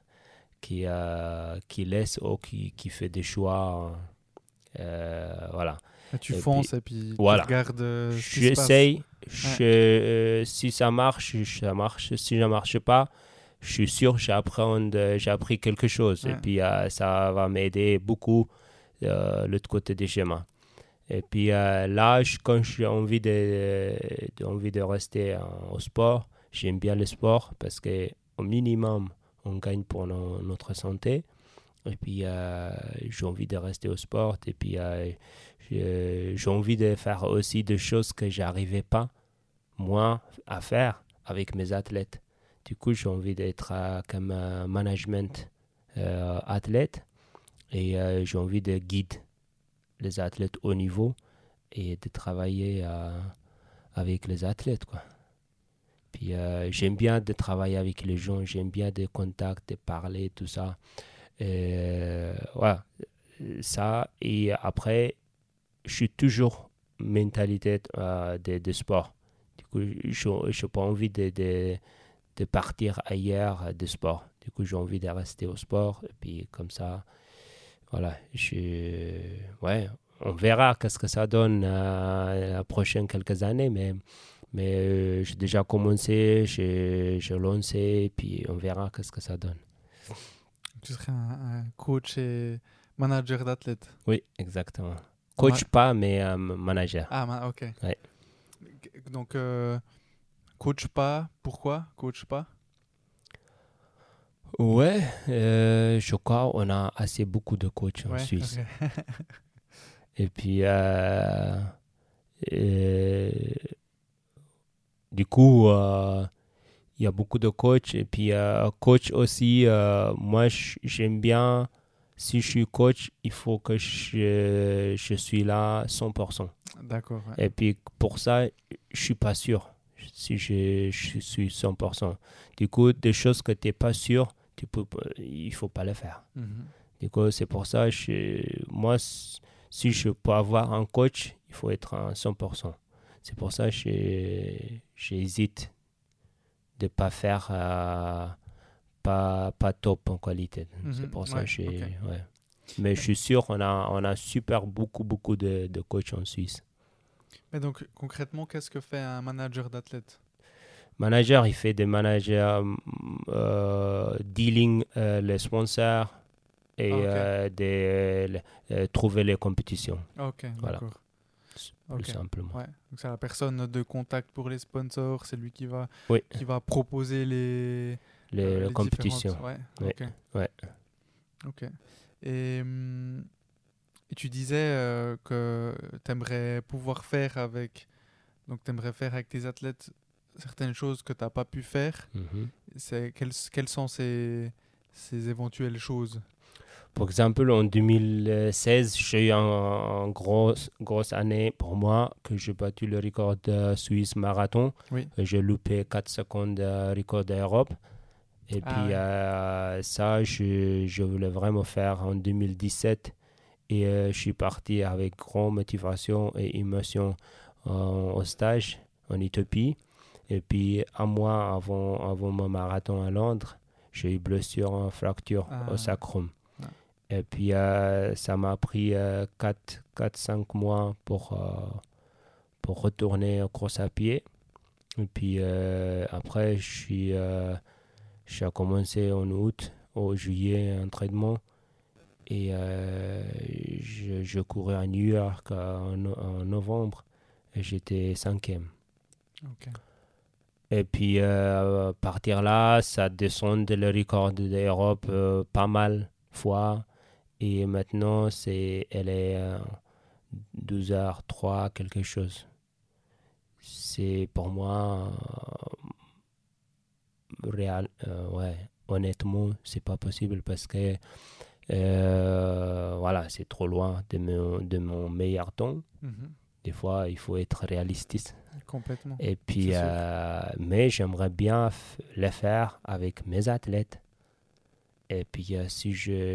laisse ou qui fait des choix. Voilà. Et tu fonces et puis voilà. Tu regardes ce qui se passe. J'essaye. Si ça marche, ça marche. Si ça marche pas, je suis sûr que j'ai appris quelque chose. Ouais. Et puis, ça va m'aider beaucoup l'autre côté des schémas. Et puis là, quand j'ai envie de rester au sport, j'aime bien le sport parce qu'au minimum, on gagne pour notre santé. Et puis, j'ai envie de rester au sport. Et puis, j'ai envie de faire aussi des choses que je n'arrivais pas, moi, à faire avec mes athlètes. Du coup, j'ai envie d'être comme management athlète et j'ai envie de guider les athlètes haut niveau et de travailler avec les athlètes, quoi. Puis j'aime bien de travailler avec les gens, j'aime bien des contacts, de parler, tout ça. Voilà, ça. Et après, je suis toujours mentalité de sport. Du coup, je n'ai pas envie de partir ailleurs de sport. Du coup, j'ai envie de rester au sport. Et puis, comme ça, voilà, on verra qu'est-ce que ça donne la prochaine quelques années. Mais j'ai déjà commencé, j'ai lancé, et puis on verra qu'est-ce que ça donne. Tu serais un coach et manager d'athlète. Oui, exactement. Coach pas, mais manager. Ah, ok. Ouais. Donc, coach pas, pourquoi coach pas? Ouais, je crois qu'on a assez beaucoup de coachs en Suisse. Okay. Et puis, du coup, il y a beaucoup de coachs. Et puis, coach aussi, moi, j'aime bien, si je suis coach, il faut que je suis là 100%. D'accord. Ouais. Et puis, pour ça, je ne suis pas sûr si je suis 100%. Du coup, des choses que tu n'es pas sûr, il ne faut pas le faire. Mm-hmm. Du coup, c'est pour ça, moi, si je peux avoir un coach, il faut être à 100%. C'est pour ça que j'hésite de ne pas faire pas top en qualité. Mm-hmm. C'est pour ça que okay. Ouais. Mais je suis sûr qu'on a super beaucoup de coachs en Suisse. Mais donc, concrètement, qu'est-ce que fait un manager d'athlète? Manager, il fait des managers dealing les sponsors et trouver les compétitions. Ok, voilà. D'accord. Plus simplement. Ouais. Donc c'est la personne de contact pour les sponsors, c'est lui qui va proposer les compétitions. Ouais. Oui. Ok. Ouais. Ok. Et tu disais que tu aimerais pouvoir faire avec tes athlètes certaines choses que tu n'as pas pu faire. Mm-hmm. Quelles sont ces éventuelles choses? Par exemple, en 2016, j'ai eu une grosse année pour moi que j'ai battu le record de Suisse marathon. Oui. J'ai loupé 4 secondes de record d'Europe. Et puis ça, je voulais vraiment faire en 2017. Et je suis parti avec grande motivation et émotion au stage en Éthiopie. Et puis un mois avant mon marathon à Londres, j'ai eu blessure, fracture au sacrum. Et puis, ça m'a pris 4-5 mois pour retourner en course à pied. Et puis, après, j'ai commencé en août, au juillet, un entraînement. Et je courais à New York en novembre. Et j'étais 5e. Okay. Et puis, partir là, ça descend le record d'Europe pas mal fois. Et maintenant, elle est 12h03, quelque chose. C'est pour moi, honnêtement, c'est pas possible parce que voilà, c'est trop loin de mon meilleur temps. Mm-hmm. Des fois, il faut être réaliste. Complètement. Et puis, mais j'aimerais bien le faire avec mes athlètes. Et puis, si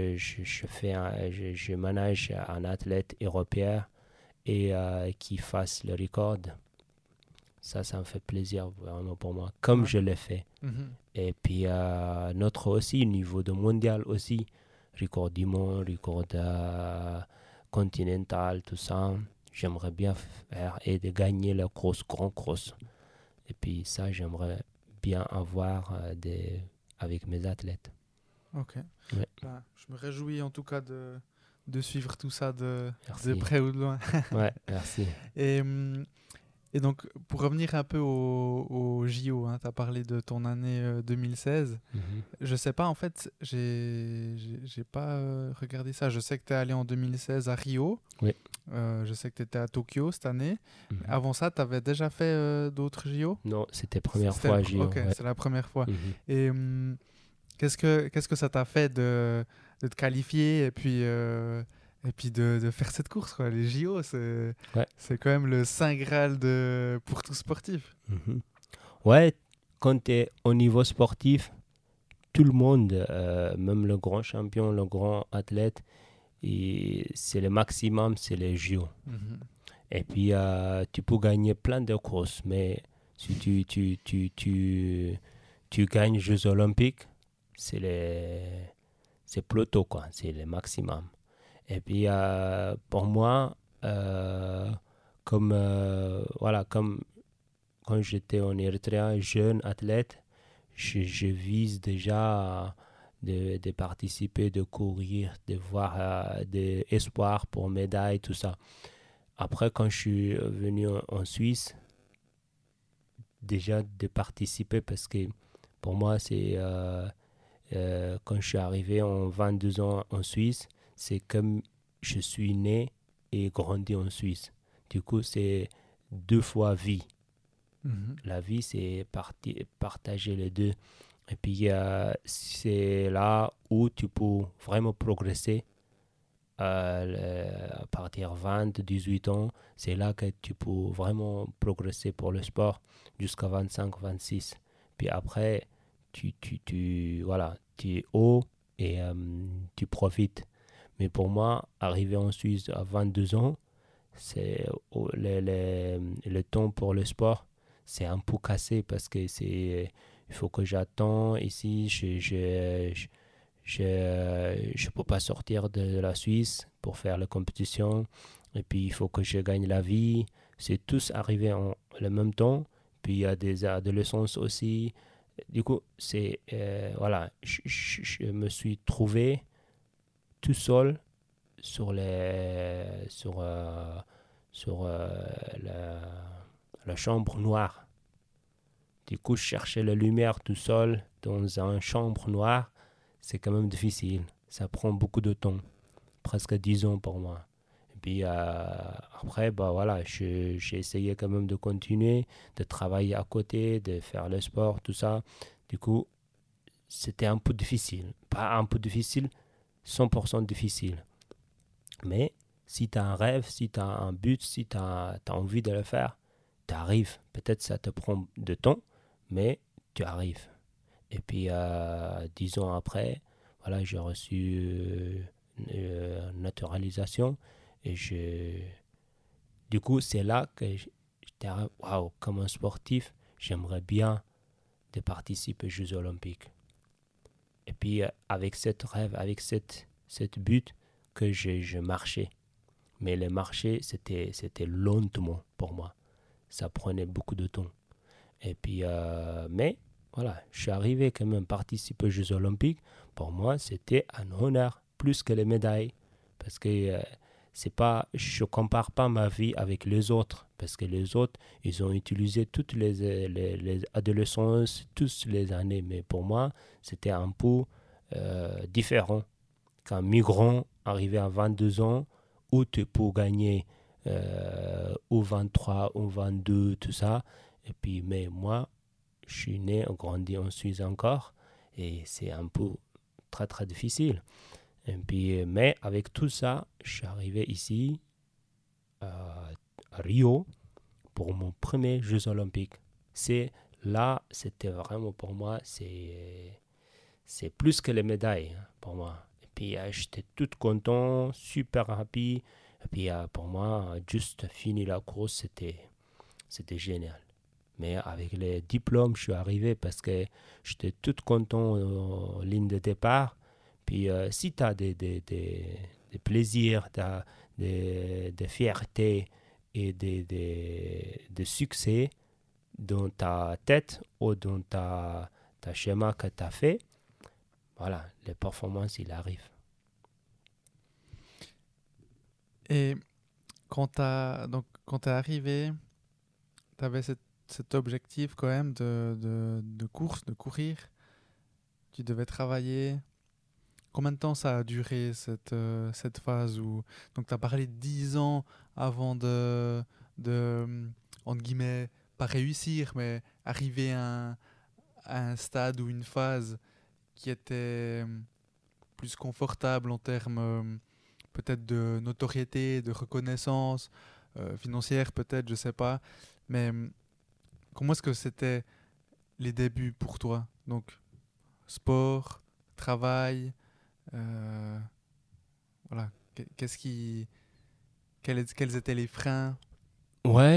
je manage un athlète européen et qui fasse le record, ça me fait plaisir vraiment pour moi, comme je l'ai fait. Mm-hmm. Et puis, notre aussi, niveau de mondial aussi, record du monde, record continental, tout ça, j'aimerais bien faire et de gagner le grand cross. Et puis, ça, j'aimerais bien avoir avec mes athlètes. Ok. Ouais. Je me réjouis en tout cas de suivre tout ça de Merci. près ou de loin. Ouais, merci. Et donc, pour revenir un peu au JO, tu as parlé de ton année 2016. Mm-hmm. Je sais pas, en fait, j'ai pas regardé ça. Je sais que tu es allé en 2016 à Rio. Oui. Je sais que tu étais à Tokyo cette année. Mm-hmm. Avant ça, tu avais déjà fait d'autres JO? Non, c'était la première fois à JO. Ok, c'est la première fois. Mm-hmm. Et qu'est-ce que ça t'a fait de te qualifier et puis de faire cette course, quoi. Les JO, c'est quand même le saint graal pour tout sportif. Mm-hmm. Ouais, quand tu es au niveau sportif, tout le monde, même le grand champion, le grand athlète, c'est le maximum, c'est les JO. Mm-hmm. Et puis, tu peux gagner plein de courses, mais si tu gagnes les Jeux Olympiques, c'est plutôt quoi, c'est le maximum. Et puis pour moi, comme quand j'étais en Érythrée, jeune athlète, je vise déjà de participer, de courir, de voir des espoirs pour médailles, tout ça. Après, quand je suis venu en Suisse, déjà de participer parce que pour moi, c'est quand je suis arrivé en 22 ans en Suisse, c'est comme je suis né et grandi en Suisse. Du coup, c'est 2 fois vie. La vie, c'est partager les deux. Et puis, c'est là où tu peux vraiment progresser. À partir de 20, 18 ans, c'est là que tu peux vraiment progresser pour le sport jusqu'à 25, 26. Puis après, voilà, tu es haut et tu profites. Mais pour moi, arriver en Suisse à 22 ans, c'est le temps pour le sport, c'est un peu cassé parce que il faut que j'attends ici, je peux pas sortir de la Suisse pour faire la compétition. Et puis, il faut que je gagne la vie. C'est tous arrivé en le même temps. Puis, il y a des adolescents aussi. Du coup, voilà, je me suis trouvé tout seul sur la chambre noire. Du coup, je cherchais la lumière tout seul dans une chambre noire. C'est quand même difficile. Ça prend beaucoup de temps. Presque 10 ans pour moi. Et puis après, bah voilà, j'ai essayé quand même de continuer, de travailler à côté, de faire le sport, tout ça. Du coup, c'était un peu difficile. Pas un peu difficile, 100% difficile. Mais si tu as un rêve, si tu as un but, si tu as envie de le faire, tu arrives. Peut-être ça te prend de temps, mais tu arrives. Et puis, 10 ans après, voilà, j'ai reçu une naturalisation. Et du coup, c'est là que j'étais, waouh, comme un sportif, j'aimerais bien de participer aux Jeux Olympiques. Et puis, avec cette rêve, avec cette but, que je marchais. Mais le marché, c'était lentement pour moi. Ça prenait beaucoup de temps. Et puis, mais voilà, je suis arrivé quand même à participer aux Jeux Olympiques. Pour moi, c'était un honneur, plus que les médailles. Parce que c'est pas, je ne compare pas ma vie avec les autres. Parce que les autres, ils ont utilisé toutes les adolescences, toutes les années. Mais pour moi, c'était un peu différent. Qu'un migrant arrivé à 22 ans, où tu peux gagner ou 23 ou 22, tout ça. Et puis, mais moi, je suis né, grandi en Suisse encore, et c'est un peu très très difficile. Et puis, mais avec tout ça, je suis arrivé ici à Rio pour mon premier Jeux Olympiques. C'était vraiment pour moi, c'est plus que les médailles pour moi. Et puis j'étais tout content, super happy. Et puis pour moi, juste finir la course, c'était génial. Mais avec les diplômes, je suis arrivé parce que j'étais tout content en ligne de départ. Puis si tu as des plaisirs, des fiertés et des succès dans ta tête ou dans ta schéma que tu as fait, voilà, les performances, il arrive. Et quand t'es arrivé, tu avais cet objectif quand même de course, de courir. Tu devais travailler. Combien de temps ça a duré cette phase où... Donc tu as parlé de 10 ans avant entre guillemets, pas réussir, mais arriver à un stade ou une phase qui était plus confortable en termes peut-être de notoriété, de reconnaissance financière peut-être, je sais pas. Mais comment est-ce que c'était les débuts pour toi? Donc sport, travail, voilà. Quels étaient les freins? Ouais,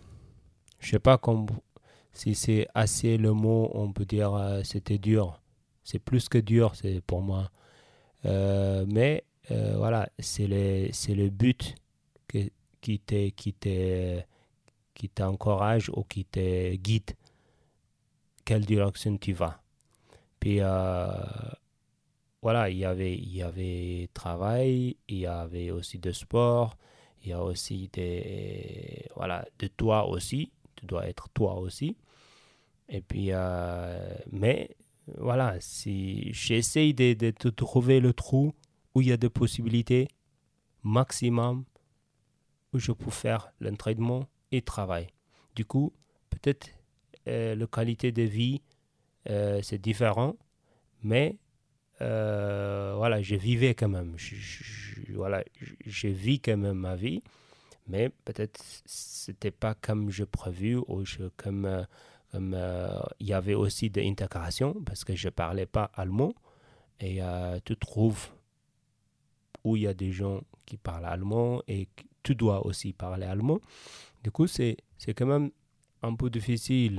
je sais pas si c'est assez le mot, on peut dire c'était dur. c'est plus que dur, c'est pour moi. Mais voilà, c'est le but que- qui te, qui te, qui t'encourage ou qui te guide quelle direction tu vas. Puis voilà, il y avait travail, il y avait aussi de sport, il y a aussi voilà, de toi aussi, tu dois être toi aussi. Et puis, mais voilà, si j'essaye de trouver le trou où il y a des possibilités maximum où je peux faire l'entraînement et travail. Du coup, peut-être la qualité de vie, c'est différent, mais voilà, je vivais quand même. Voilà, je vis quand même ma vie, mais peut-être c'était pas comme je prévu ou comme il y avait aussi de l'intégration parce que je parlais pas allemand et tu trouves où il y a des gens qui parlent allemand et tu dois aussi parler allemand. Du coup, c'est quand même un peu difficile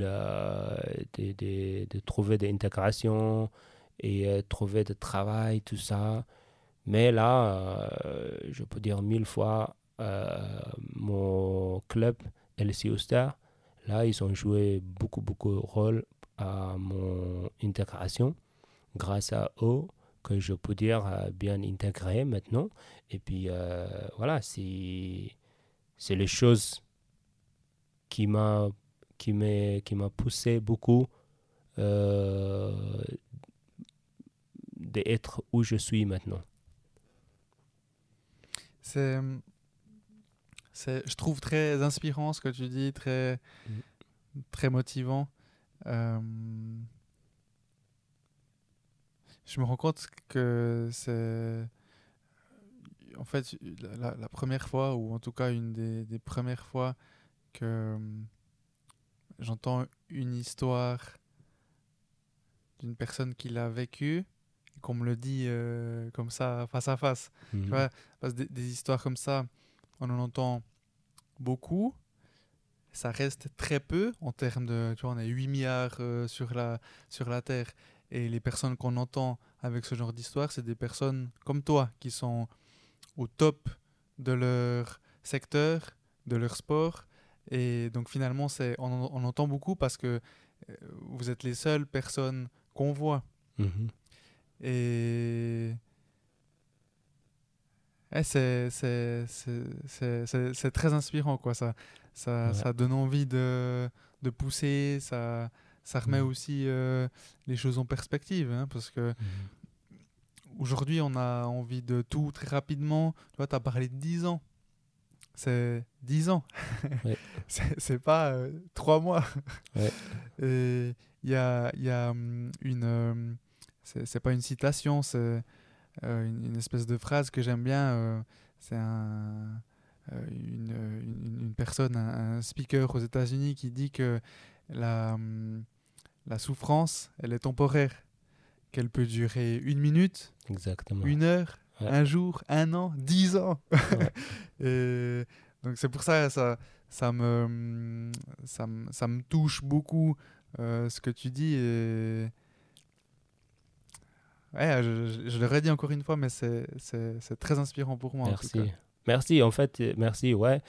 de trouver de l'intégration et trouver de travail, tout ça. Mais là, je peux dire 1000 fois, mon club, LC Oster, là, ils ont joué beaucoup, beaucoup de rôle à mon intégration. Grâce à eux, que je peux dire bien intégré maintenant. Et puis, voilà, c'est les choses qui m'a qui m'a poussé beaucoup euh, d'être où je suis maintenant. C'est, je trouve très inspirant ce que tu dis, très motivant. Je me rends compte que c'est en fait la première fois, ou en tout cas une des premières fois que j'entends une histoire d'une personne qui l'a vécue et qu'on me le dit comme ça, face à face. Tu vois, parce que des histoires comme ça, on en entend beaucoup. Ça reste très peu en termes de... Tu vois, on est 8 milliards sur la Terre. Et les personnes qu'on entend avec ce genre d'histoire, c'est des personnes comme toi qui sont au top de leur secteur, de leur sport. Et donc finalement, on entend beaucoup parce que vous êtes les seules personnes qu'on voit. Et c'est très inspirant, quoi. Ça donne envie de pousser, ça remet aussi les choses en perspective, hein, parce que aujourd'hui, on a envie de tout très rapidement. Tu vois, tu as parlé de 10 ans. C'est 10 ans. Ouais. C'est pas 3 mois. Ouais. Et il y a c'est pas une citation, c'est une espèce de phrase que j'aime bien. C'est une personne, un speaker aux États-Unis qui dit que la souffrance, elle est temporaire, qu'elle peut durer 1 minute, Exactement. 1 heure, Ouais. 1 jour, 1 an, 10 ans. Ouais. Et donc c'est pour ça ça me touche beaucoup ce que tu dis. Et ouais, je l'aurais dit encore une fois, mais c'est très inspirant pour moi. Merci. En tout cas. Merci, en fait, merci, ouais.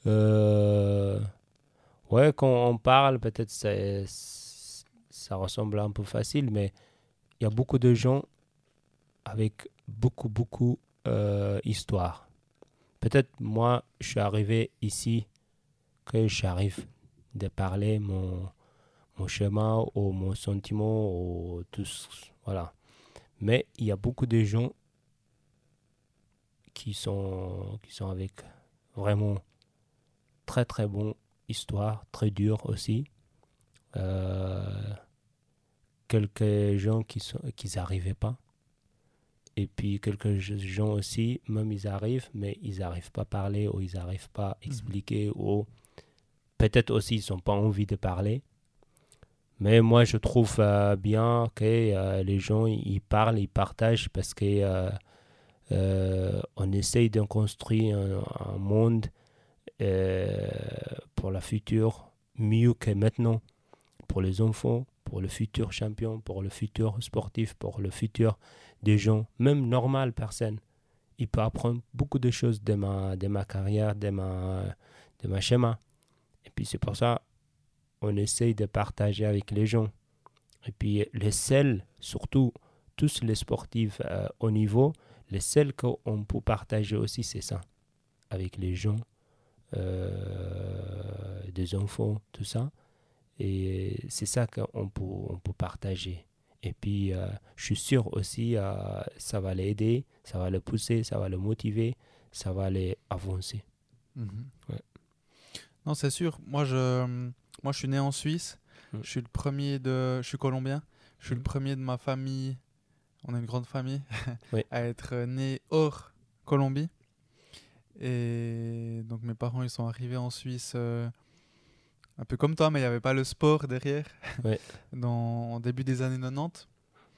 Ouais, quand on parle, peut-être ça ressemble un peu facile, mais il y a beaucoup de gens avec beaucoup, beaucoup d'histoires. Peut-être moi, je suis arrivé ici, que j'arrive de parler mon chemin ou mon sentiment ou tout, voilà. Mais il y a beaucoup de gens qui sont avec vraiment très très bonne histoire, très dure aussi. Quelques gens qui n'arrivaient pas. Et puis quelques gens aussi, même ils arrivent, mais ils n'arrivent pas à parler ou ils n'arrivent pas à expliquer ou peut-être aussi ils n'ont pas envie de parler. Mais moi je trouve bien que les gens ils parlent, ils partagent parce que on essaye de construire un monde pour la future mieux que maintenant pour les enfants, pour le futur champion, pour le futur sportif, pour le futur des gens, même normales personnes. Il peut apprendre beaucoup de choses de ma carrière, de ma schéma. Et puis c'est pour ça on essaye de partager avec les gens. Et puis les seuls, surtout tous les sportifs au niveau, les seuls qu'on peut partager aussi, c'est ça. Avec les gens, des enfants, tout ça. Et c'est ça qu'on peut partager. Et puis, je suis sûr aussi, ça va l'aider, ça va le pousser, ça va le motiver, ça va aller avancer. Ouais. Non, c'est sûr. Moi, je suis né en Suisse. Je suis je suis colombien. Je suis le premier de ma famille. On est une grande famille Oui. à être né hors Colombie. Et donc, mes parents, ils sont arrivés en Suisse un peu comme toi, mais il n'y avait pas le sport derrière, Ouais. en début des années 90.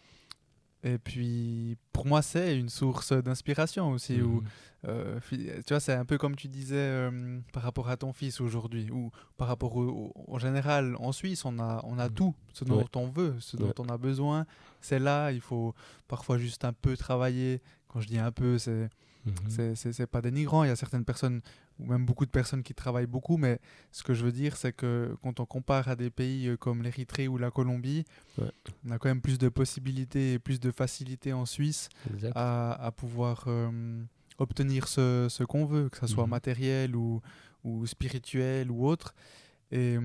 Et puis, pour moi, c'est une source d'inspiration aussi. Où, tu vois, c'est un peu comme tu disais par rapport à ton fils aujourd'hui, ou par rapport en général, en Suisse, on a tout, ce dont on veut, ce dont on a besoin. C'est là, il faut parfois juste un peu travailler. Quand je dis un peu, c'est pas dénigrant. Il y a certaines personnes, ou même beaucoup de personnes qui travaillent beaucoup, mais ce que je veux dire, c'est que quand on compare à des pays comme l'Érythrée ou la Colombie, on a quand même plus de possibilités et plus de facilité en Suisse à pouvoir obtenir ce qu'on veut, que ce soit matériel ou spirituel ou autre. Et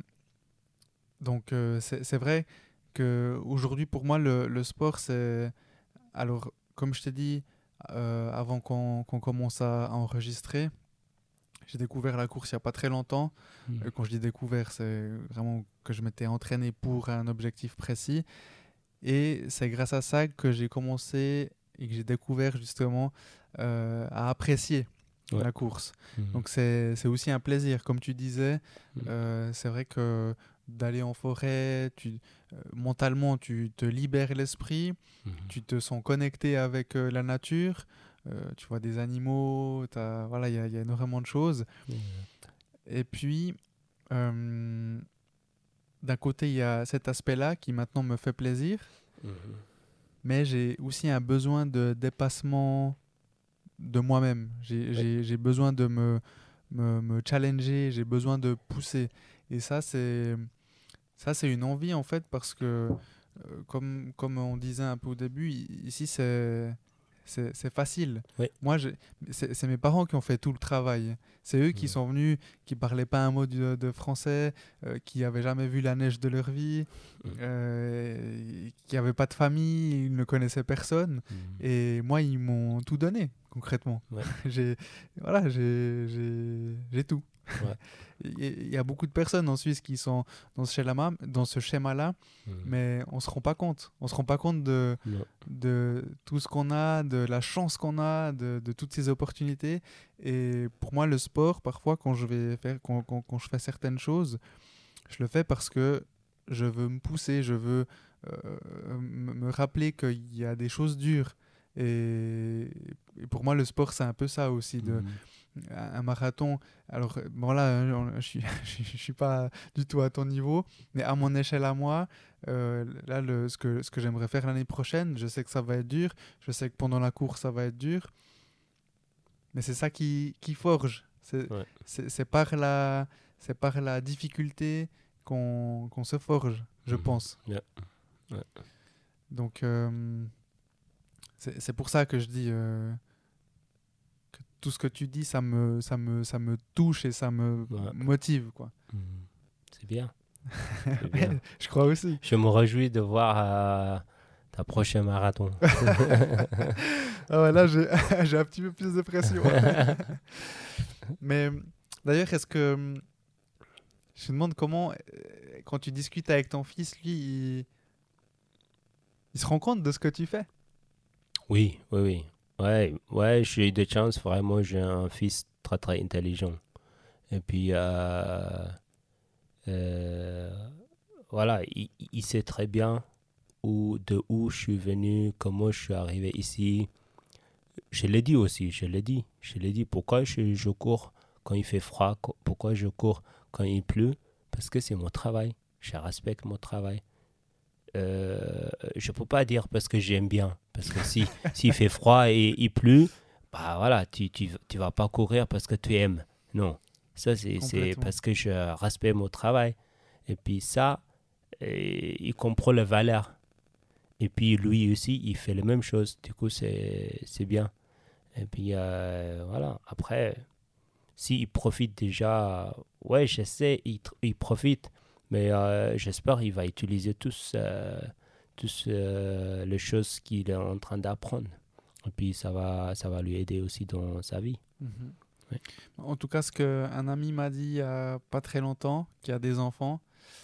donc, c'est vrai qu'aujourd'hui, pour moi, le sport, c'est... Alors, comme je t'ai dit, avant qu'on commence à enregistrer, j'ai découvert la course il n'y a pas très longtemps. Quand je dis découvert, c'est vraiment que je m'étais entraîné pour un objectif précis. Et c'est grâce à ça que j'ai commencé et que j'ai découvert justement à apprécier la course. Donc c'est aussi un plaisir. Comme tu disais, c'est vrai que d'aller en forêt, mentalement, tu te libères l'esprit, tu te sens connecté avec la nature. Tu vois des animaux, voilà, il y a énormément de choses. Et puis, d'un côté, il y a cet aspect-là qui maintenant me fait plaisir, mais j'ai aussi un besoin de dépassement de moi-même. J'ai besoin de me challenger, j'ai besoin de pousser. Et ça, c'est une envie, en fait, parce que, comme on disait un peu au début, ici, c'est facile. Moi, c'est mes parents qui ont fait tout le travail. C'est eux qui sont venus, qui parlaient pas un mot de français, qui n'avaient jamais vu la neige de leur vie, qui n'avaient pas de famille, ils ne connaissaient personne. Et moi, ils m'ont tout donné, concrètement. J'ai tout. Il y a beaucoup de personnes en Suisse qui sont dans ce schéma-là, mais on se rend pas compte. On se rend pas compte de tout ce qu'on a, de la chance qu'on a, de toutes ces opportunités. Et pour moi, le sport, parfois, quand je fais certaines choses, je le fais parce que je veux me pousser, je veux me rappeler qu'il y a des choses dures. Et pour moi, le sport, c'est un peu ça aussi. Un marathon, alors bon là je suis pas du tout à ton niveau, mais à mon échelle à moi, là ce que j'aimerais faire l'année prochaine, je sais que ça va être dur, je sais que pendant la course ça va être dur, mais c'est ça qui forge, c'est par la difficulté qu'on se forge, je pense. Donc c'est pour ça que je dis tout ce que tu dis, ça me touche et ça me motive, quoi. C'est bien. Je crois aussi. Je me réjouis de voir ta prochaine marathon. Ah ouais, là, j'ai un petit peu plus de pression. Mais d'ailleurs, est-ce que... Je me demande comment, quand tu discutes avec ton fils, lui, il se rend compte de ce que tu fais? Oui. Ouais, j'ai eu de chance, vraiment, j'ai un fils très très intelligent. Et puis, voilà, il sait très bien de où je suis venu, comment je suis arrivé ici. Je l'ai dit aussi, je l'ai dit, pourquoi je cours quand il fait froid, pourquoi je cours quand il pleut, parce que c'est mon travail, je respecte mon travail. je peux pas dire parce que j'aime bien. Parce que s'il fait froid et il pleut, bah voilà, tu vas pas courir parce que tu aimes. Non, ça c'est parce que je respecte mon travail. Et puis ça, il comprend la valeur. Et puis lui aussi, il fait la même chose. Du coup, c'est bien. Et puis voilà, après, s'il profite déjà, ouais, je sais, il profite. Mais j'espère qu'il va utiliser tous les choses qu'il est en train d'apprendre. Et puis ça va lui aider aussi dans sa vie. Ouais. En tout cas, ce qu'un ami m'a dit il n'y a pas très longtemps, qui a des enfants,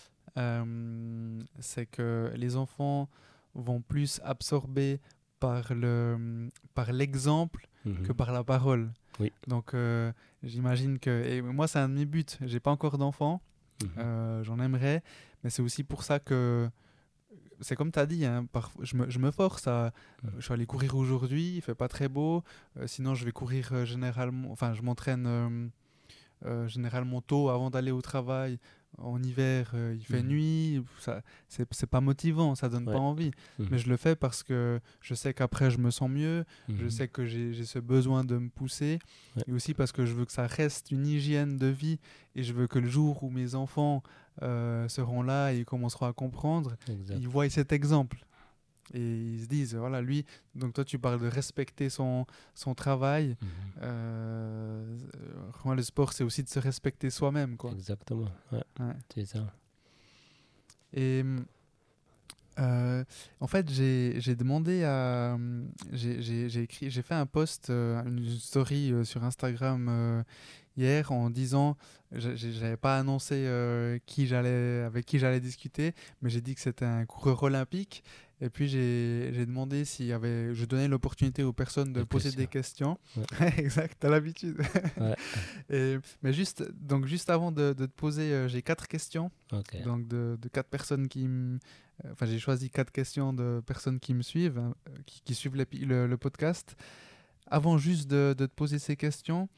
c'est que les enfants vont plus absorber par l'exemple que par la parole. Oui. Donc j'imagine que... Et moi, c'est un de mes buts. Je n'ai pas encore d'enfants. J'en aimerais. Mais c'est aussi pour ça que... C'est comme tu as dit, hein, je me force à... Je suis allé courir aujourd'hui, il ne fait pas très beau. Sinon, je vais courir généralement... Enfin, je m'entraîne généralement tôt avant d'aller au travail. En hiver, il fait nuit. C'est pas motivant, ça donne pas envie. Mais je le fais parce que je sais qu'après, je me sens mieux. Je sais que j'ai ce besoin de me pousser. Et aussi parce que je veux que ça reste une hygiène de vie. Et je veux que le jour où mes enfants seront là et ils commenceront à comprendre, ils voient cet exemple. Et ils se disent, voilà, lui, donc toi tu parles de respecter son travail. Le sport, c'est aussi de se respecter soi-même, quoi. Exactement, ouais. C'est ça. Et en fait, j'ai demandé à... J'ai fait un post, une story sur Instagram hier en disant... J'avais pas annoncé avec qui j'allais discuter, mais j'ai dit que c'était un coureur olympique. Et puis j'ai demandé je donnais l'opportunité aux personnes de poser des questions. Ouais. Exact, t'as l'habitude. Ouais. Mais juste avant de te poser, j'ai 4 questions. Okay. Donc de 4 personnes j'ai choisi 4 questions de personnes qui me suivent, hein, qui suivent le podcast. Avant juste de te poser ces questions,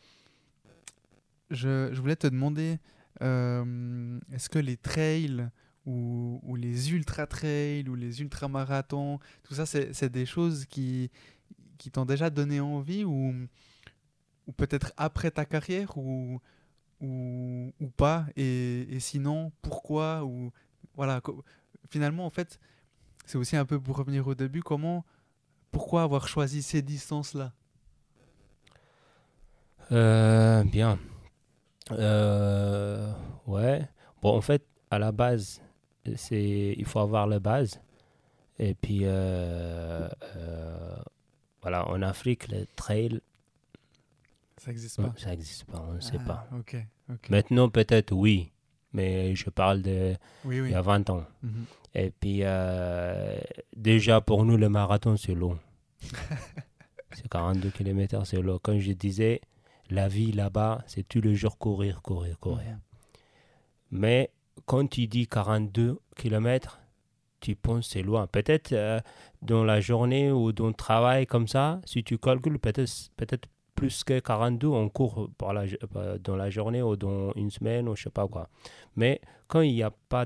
je voulais te demander, est-ce que les trails ou les ultra-trails ou les ultra-marathons, tout ça, c'est des choses qui t'ont déjà donné envie ou peut-être après ta carrière ou pas et sinon, pourquoi ou, voilà, finalement, en fait, c'est aussi un peu pour revenir au début, pourquoi avoir choisi ces distances-là? Bien. Ouais. Bon, en fait, à la base, il faut avoir la base. Et puis, voilà, en Afrique, le trail... Ça n'existe pas. Ça n'existe pas, on ne sait pas. Okay. Maintenant, peut-être, oui. Mais je parle il y a 20 ans. Et puis, déjà, pour nous, le marathon, c'est long. C'est 42 km, c'est long. Comme je disais, la vie là-bas, c'est tous les jours courir. Mais quand tu dis 42 km, tu penses que c'est loin. Peut-être dans la journée ou dans le travail comme ça, si tu calcules, peut-être plus que 42, on court dans la journée ou dans une semaine ou je sais pas quoi. Mais quand il n'y a pas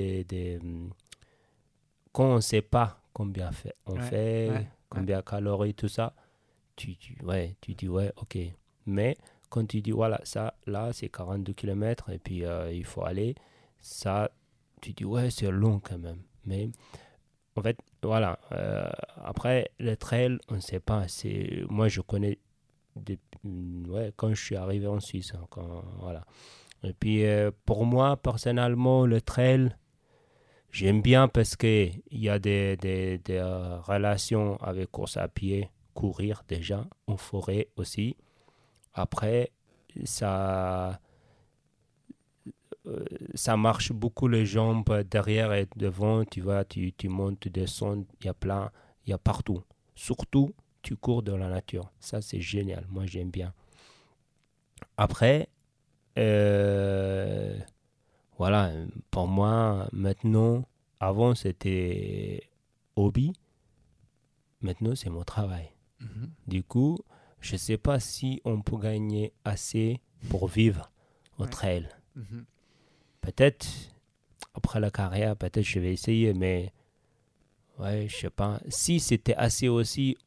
quand on ne sait pas combien on fait, combien de calories, tout ça, tu dis ouais, ok. Mais quand tu dis, voilà, ça, là, c'est 42 km et puis il faut aller, ça, tu dis, ouais, c'est long quand même. Mais en fait, voilà, après, le trail, on ne sait pas. Moi, je connais quand je suis arrivé en Suisse. Voilà. Et puis, pour moi, personnellement, le trail, j'aime bien parce qu'il y a des relations avec course à pied, courir déjà, en forêt aussi. Après, ça marche beaucoup les jambes derrière et devant. Tu vois, tu montes, tu descends, il y a partout. Surtout, tu cours dans la nature. Ça, c'est génial. Moi, j'aime bien. Après, voilà, pour moi, maintenant, avant, c'était hobby. Maintenant, c'est mon travail. Du coup, je ne sais pas si on peut gagner assez pour vivre au trail. Peut-être, après la carrière, peut-être je vais essayer, mais Ouais, je sais pas. Si c'était assez aussi,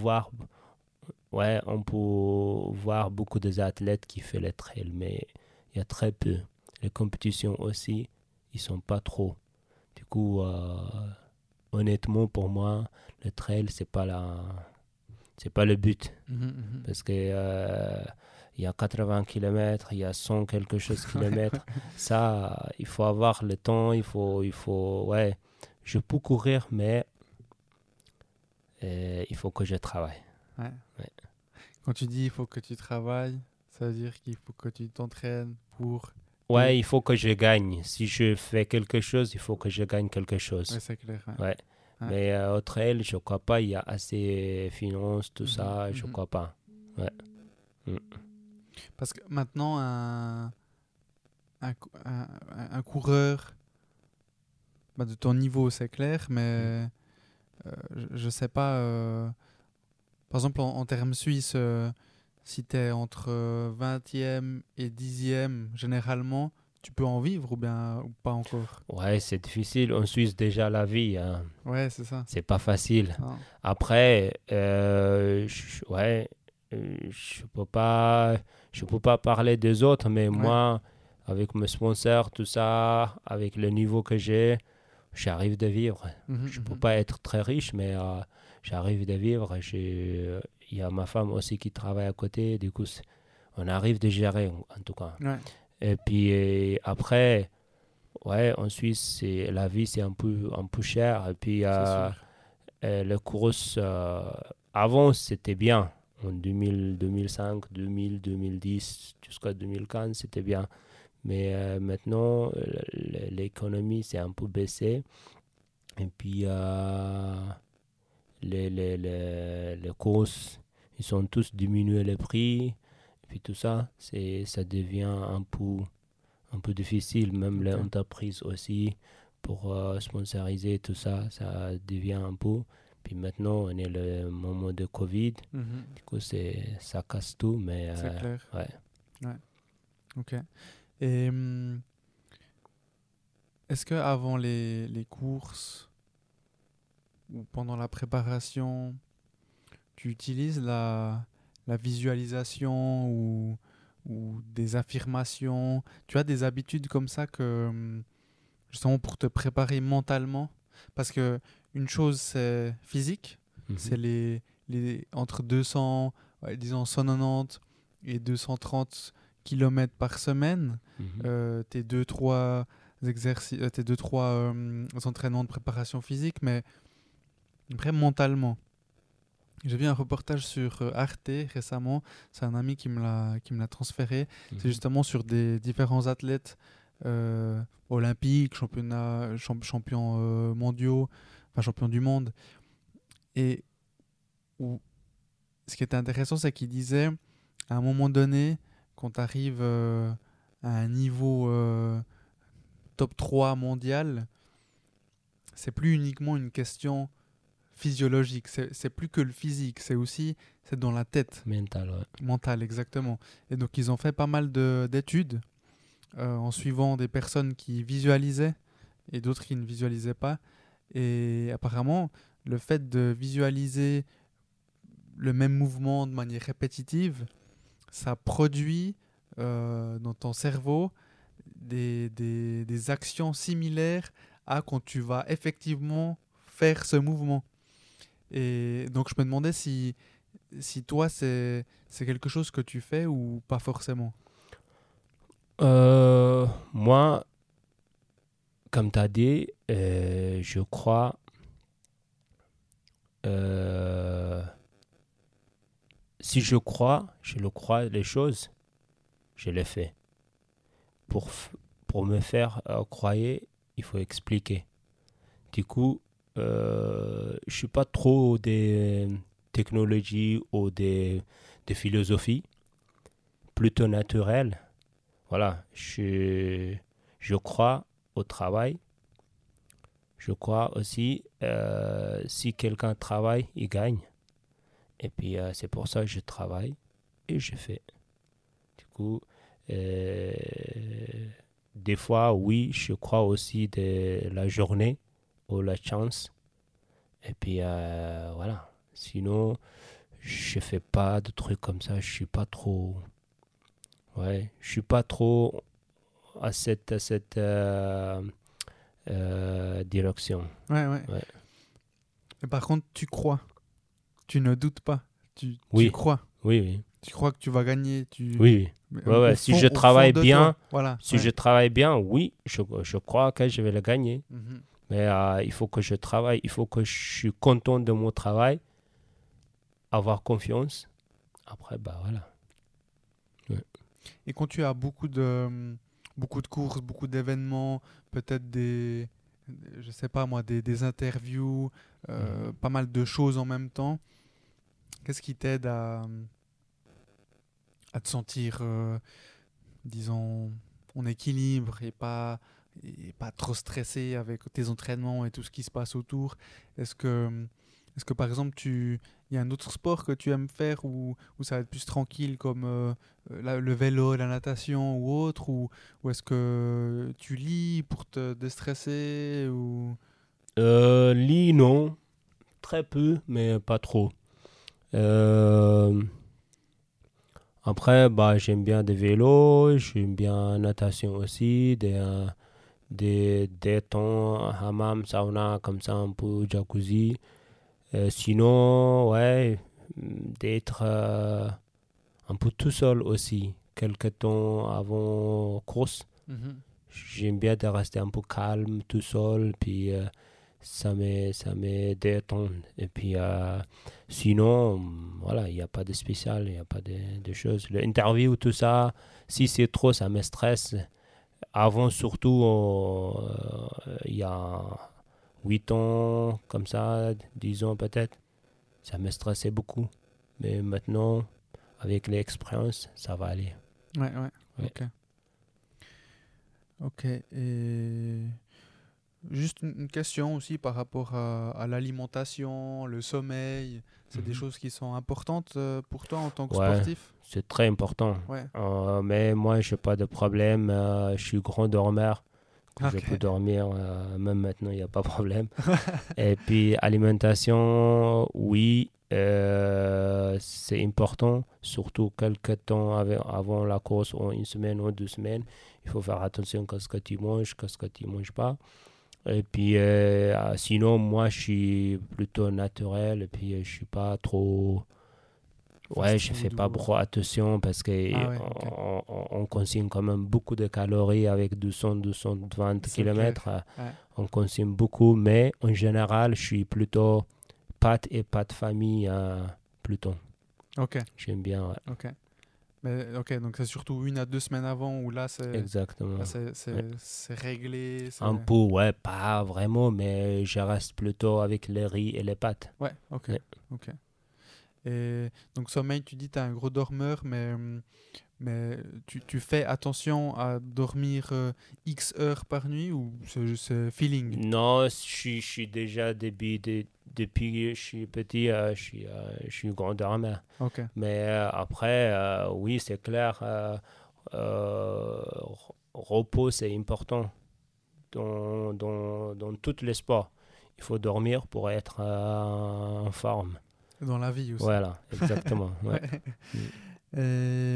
on peut voir beaucoup d'athlètes qui font les trails, mais il y a très peu. Les compétitions aussi, ils sont pas trop. Du coup, honnêtement, pour moi, le trail, c'est pas le but. Parce que il y a 80 km, il y a 100 quelque chose kilomètres. Ça, il faut avoir le temps, ouais. Je peux courir, mais il faut que je travaille. Ouais. Ouais. Quand tu dis il faut que tu travailles, ça veut dire qu'il faut que tu t'entraînes pour... Ouais, il faut que je gagne. Si je fais quelque chose, il faut que je gagne quelque chose. Ouais, c'est clair. Ouais. Ouais. Ouais. Mais au trail, je crois pas, il y a assez de finances, tout ça, je crois pas. Ouais. Parce que maintenant, un coureur de ton niveau, c'est clair, mais je sais pas. Par exemple, en termes suisses, si tu es entre 20e et 10e, généralement, tu peux en vivre ou pas encore. Ouais, c'est difficile. En Suisse, déjà, la vie, hein, Ouais, c'est ça. c'est pas facile. Non. Après, je peux pas parler des autres, mais Ouais. moi, avec mes sponsors, tout ça, avec le niveau que j'ai, j'arrive de vivre. Je peux pas être très riche, mais j'arrive de vivre. Il y a ma femme aussi qui travaille à côté, du coup, on arrive de gérer, en tout cas. Ouais. Et puis après, ouais, en Suisse, la vie, c'est un peu cher. Et puis, C'est sûr. le course, avant, c'était bien. En 2000, 2005, 2000, 2010, jusqu'à 2015, c'était bien. Mais maintenant, l'économie s'est un peu baissée. Et puis, les courses, ils sont tous diminués les prix. Et puis tout ça, ça devient un peu difficile. Même les Ok. entreprises aussi, pour sponsoriser tout ça, ça devient un peu. Puis maintenant, on est le moment de Covid. Du coup, ça casse tout, mais C'est clair. ouais. Ouais. Ok. Et est-ce que avant les courses ou pendant la préparation, tu utilises la visualisation ou des affirmations? Tu as des habitudes comme ça que justement pour te préparer mentalement? Parce que une chose c'est physique, c'est Mhm. entre 200, ouais, disons 190 et 230 kilomètres par semaine, Mhm. tes 2-3 exercices, tes 2-3 entraînements de préparation physique, mais après mentalement. J'ai vu un reportage sur Arte récemment, c'est un ami qui me l'a transféré, c'est Mhm. justement sur des différents athlètes olympiques, champions mondiaux, enfin champions du monde. Et où, ce qui était intéressant, c'est qu'il disait, à un moment donné, quand tu arrives à un niveau top 3 mondial, c'est plus uniquement une question physiologique, c'est plus que le physique, c'est dans la tête, Mental, ouais. mentale, exactement. Et donc ils ont fait pas mal d'études en suivant des personnes qui visualisaient et d'autres qui ne visualisaient pas. Et apparemment, le fait de visualiser le même mouvement de manière répétitive, ça produit dans ton cerveau des actions similaires à quand tu vas effectivement faire ce mouvement. Et donc je me demandais si toi c'est quelque chose que tu fais ou pas forcément. Moi, comme tu as dit, je crois, euh, si je le crois, les choses, je les fais. Pour me faire croire, il faut expliquer. Du coup, je suis pas trop des technologies ou des philosophies, plutôt naturel. Voilà, je crois au travail. Je crois aussi, si quelqu'un travaille, il gagne. Et puis, c'est pour ça que je travaille et je fais. Du coup, euh, des fois, oui, je crois aussi de la journée ou la chance. Et puis, voilà. Sinon, je fais pas de trucs comme ça. Je suis pas trop... Ouais, je suis pas trop à cette direction. Ouais, ouais. Ouais. Mais par contre, tu crois. Tu ne doutes pas. Tu Oui, crois. oui, oui. Tu crois que tu vas gagner. Oui, oui. Mais Ouais, ouais. Si je au travaille fond de bien, toi. Voilà. si je travaille bien, oui, je crois que je vais le gagner. Mhm. Mais il faut que je travaille, il faut que je suis content de mon travail, avoir confiance. Après, bah voilà. Ouais. Et quand tu as beaucoup de courses, beaucoup d'événements, peut-être je sais pas moi, des interviews, pas mal de choses en même temps, qu'est-ce qui t'aide à te sentir, disons, en équilibre et pas trop stressé avec tes entraînements et tout ce qui se passe autour? Est-ce que, est-ce que par exemple, il y a un autre sport que tu aimes faire où ça va être plus tranquille comme le vélo, la natation ou autre, ou est-ce que tu lis pour te déstresser ou... Lit, non. Très peu, mais pas trop. Euh, Après, bah, j'aime bien des vélos, j'aime bien natation aussi, des temps, hammam, sauna, comme ça, un peu jacuzzi. Sinon, ouais, d'être un peu tout seul aussi. Quelques temps avant course, Mhm. j'aime bien de rester un peu calme, tout seul, puis ça me détend. Et puis, sinon, voilà, il n'y a pas de spécial, il n'y a pas de choses. L'interview, tout ça, si c'est trop, ça me stresse. Avant, surtout, il y a 8 ans, comme ça, 10 ans peut-être, ça me stressait beaucoup. Mais maintenant, avec l'expérience, ça va aller. Ouais, ouais, Ouais. ok. Ok, et juste une question aussi par rapport à l'alimentation, le sommeil. C'est des Mhm. choses qui sont importantes pour toi en tant que Ouais, sportif? c'est très important. Ouais. Mais moi, je n'ai pas de problème. Je suis grand dormeur. Je peux Ok. dormir, même maintenant, il n'y a pas de problème. Et puis, alimentation, oui, c'est important. Surtout quelques temps avant la course, ou une semaine ou 2 semaines. Il faut faire attention à ce que tu manges, à ce que tu ne manges pas. Et puis, sinon, moi, je suis plutôt naturel. Et puis, je suis pas trop... Ouais, Fast je fais food pas ou autre. beaucoup attention parce que Ah ouais, ok. on consomme quand même beaucoup de calories avec 200-220 C'est clair. km. Ouais. On consomme beaucoup, mais en général, je suis plutôt pâtes et pâtes famille plutôt. Ok, J'aime bien, ouais. ok. Mais ok, donc c'est surtout 1 à 2 semaines avant où Exactement. Ouais. c'est réglé. Un peu, ouais, pas vraiment, mais je reste plutôt avec les riz et les pâtes. Ouais, ok, Ouais. ok. Et donc sommeil, tu dis tu es un gros dormeur, mais tu fais attention à dormir X heures par nuit ou c'est feeling? Non, je suis déjà depuis que je suis petit, je suis grand dormeur. Ok, Mais après, oui, c'est clair, repos, c'est important dans tous les sports. Il faut dormir pour être en forme. dans la vie aussi. Voilà, exactement. Ouais. Ouais. Mm. Et,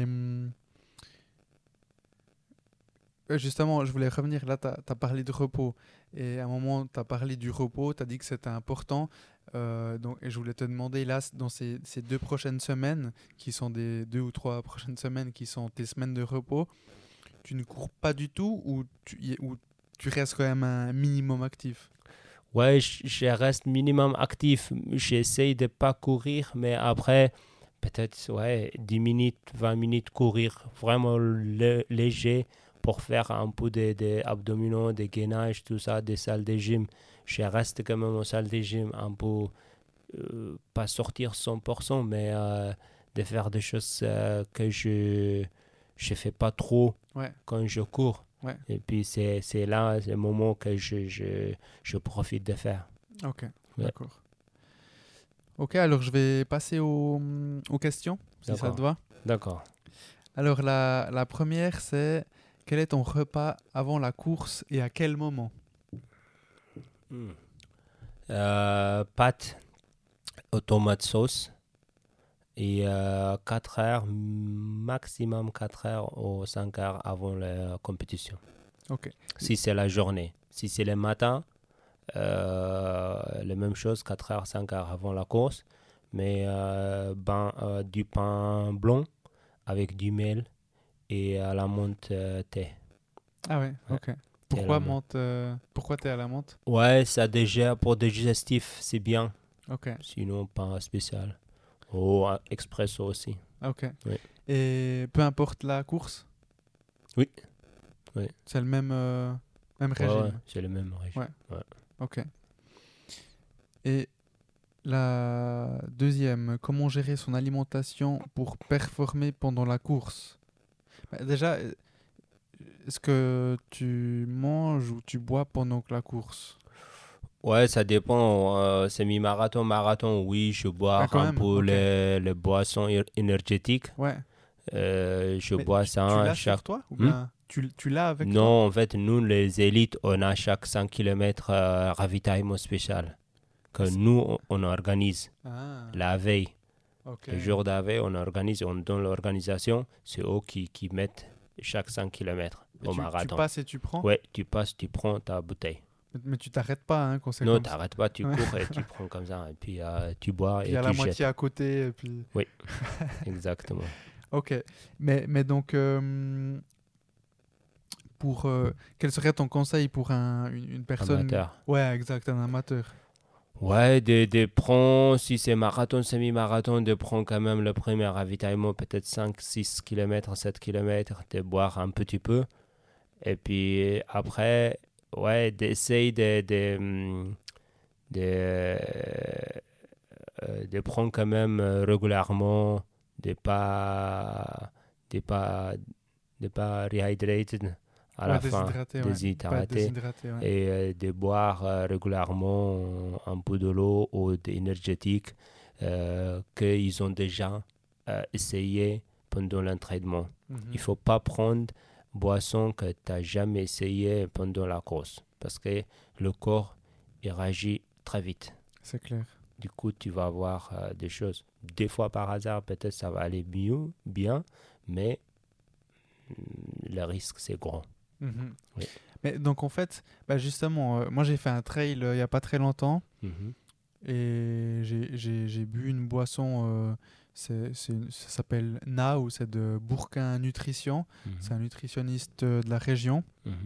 justement, je voulais revenir, là, tu as parlé de repos. Et à un moment, tu as parlé du repos, tu as dit que c'était important. Donc, et je voulais te demander, là, dans ces 2 prochaines semaines, qui sont des 2 ou 3 prochaines semaines, qui sont tes semaines de repos, tu ne cours pas du tout ou tu restes quand même un minimum actif? Ouais, je reste minimum actif. J'essaye de pas courir, mais après, peut-être ouais, 10 minutes, 20 minutes courir vraiment léger pour faire un peu des abdominaux, des gainages, tout ça, des salles de gym. Je reste quand même en salle de gym un peu, pas sortir 100%, mais de faire des choses que je fais pas trop Ouais, quand je cours. ouais, Et puis c'est là, c'est le moment que je profite de faire. ok, Ouais, d'accord. Ok, alors je vais passer aux questions, si ça te d'accord, va. d'accord. Alors la première, c'est quel est ton repas avant la course et à quel moment? Hmm. Pâtes aux tomates sauce. Et 4 heures, maximum 4 heures ou 5 heures avant la compétition. Ok. Si c'est la journée. Si c'est le matin, la même chose, 4 heures, 5 heures avant la course. Mais du pain blanc avec du miel et à la menthe thé. Ah ouais, ok. Pourquoi menthe pourquoi thé à la menthe? Ouais, ça déjà pour digestif, c'est bien. Ok. Sinon, pas spécial. Ou expresso aussi. Ok. Oui. Et peu importe la course? Oui. C'est le même régime? Ouais, c'est le même régime. Ouais. Ok. Et la deuxième, comment gérer son alimentation pour performer pendant la course? Déjà, est-ce que tu manges ou tu bois pendant la course? Ouais, ça dépend. Semi-marathon, marathon, oui, je bois quand un même, peu ok. les boissons énergétiques. Ouais. Je Mais bois tu ça l'as chaque... sur toi ou bien tu l'as avec toi? Non, en fait, nous, les élites, on a chaque 5 km ravitaillement spécial que nous, on organise la veille. Ok. Le jour d'aveille, on organise, on donne l'organisation. C'est eux qui mettent chaque 5 km au marathon. Tu passes et tu prends? Ouais, tu passes, tu prends ta bouteille. Mais tu t'arrêtes pas hein, quand c'est Non, comme ça. t'arrêtes pas, tu cours et tu prends comme ça. Et puis tu bois Puis et il y a tu la jettes. moitié à côté. Et puis... Oui, exactement. Ok. Mais donc, quel serait ton conseil pour une personne... Amateur. Ouais, exact, un amateur. Ouais, de prendre, si c'est marathon, semi-marathon, de prendre quand même le premier ravitaillement, peut-être 5, 6 km, 7 km, de boire un petit peu. Et puis après, ouais, d'essayer de prendre quand même régulièrement, de pas rehydrated à la fin, déshydraté, ouais. et de boire régulièrement un peu de l'eau ou d'énergétique qu'ils ont déjà essayé pendant l'entraînement. Il ne faut pas prendre boisson que tu n'as jamais essayé pendant la course parce que le corps il réagit très vite. C'est clair. Du coup, tu vas avoir des choses. Des fois, par hasard, peut-être ça va aller mieux, bien, mais le risque, c'est grand. Oui. Mais donc, en fait, justement, moi, j'ai fait un trail il n'y a pas très longtemps et j'ai bu une boisson, ça s'appelle Now, c'est de Bourquin Nutrition. C'est un nutritionniste de la région.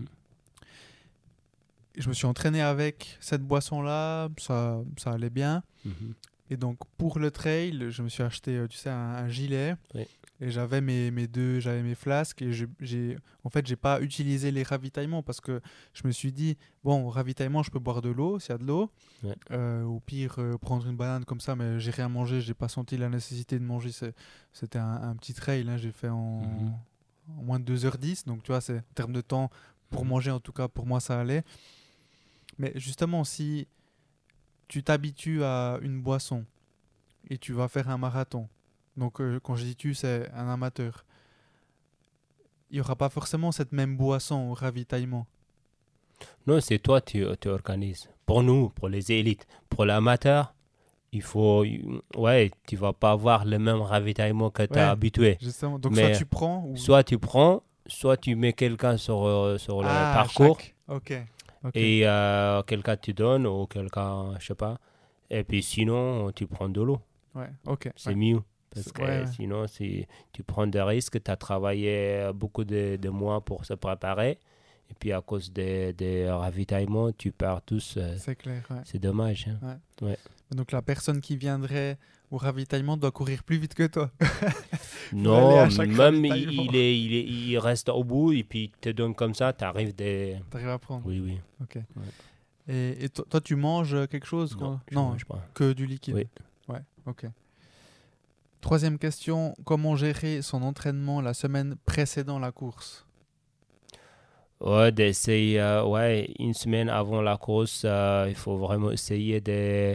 Je me suis entraîné avec cette boisson-là, ça allait bien. Et donc, pour le trail, je me suis acheté, tu sais, un gilet. Oui. Et j'avais j'avais mes flasques. Et en fait, j'ai pas utilisé les ravitaillements parce que je me suis dit, bon, au ravitaillement, je peux boire de l'eau, s'il y a de l'eau. Ouais. Au pire, prendre une banane comme ça, mais j'ai rien mangé. J'ai pas senti la nécessité de manger. C'était un petit trail. Hein, j'ai fait en moins de 2h10. Donc, tu vois, c'est en termes de temps pour manger, en tout cas, pour moi, ça allait. Mais justement, si tu t'habitues à une boisson et tu vas faire un marathon, donc quand je dis tu, c'est un amateur, il n'y aura pas forcément cette même boisson au ravitaillement. Non, c'est toi tu organises. Pour nous, pour les élites, pour l'amateur, il faut... Ouais, tu vas pas avoir le même ravitaillement que tu es habitué. Justement. Donc mais soit tu prends... Soit tu prends, soit tu mets quelqu'un sur le parcours. Ok. Et quelqu'un tu donnes ou quelqu'un, je sais pas. Et puis sinon, tu prends de l'eau. Ouais, ok. C'est mieux. Parce que sinon, si tu prends des risques, tu as travaillé beaucoup de mois pour se préparer. Et puis à cause des ravitaillements, tu perds tous. C'est clair, ouais. C'est dommage. Hein. Ouais. Donc la personne qui viendrait au ravitaillement doit courir plus vite que toi. Non, même il reste au bout et puis il te donne comme ça, tu arrives à prendre. Oui. Ok. Ouais. Et toi, tu manges quelque chose? Non, je mange pas. Que du liquide? Oui. Ouais, ok. Troisième question, comment gérer son entraînement la semaine précédant la course? Ouais, d'essayer, une semaine avant la course, il faut vraiment essayer de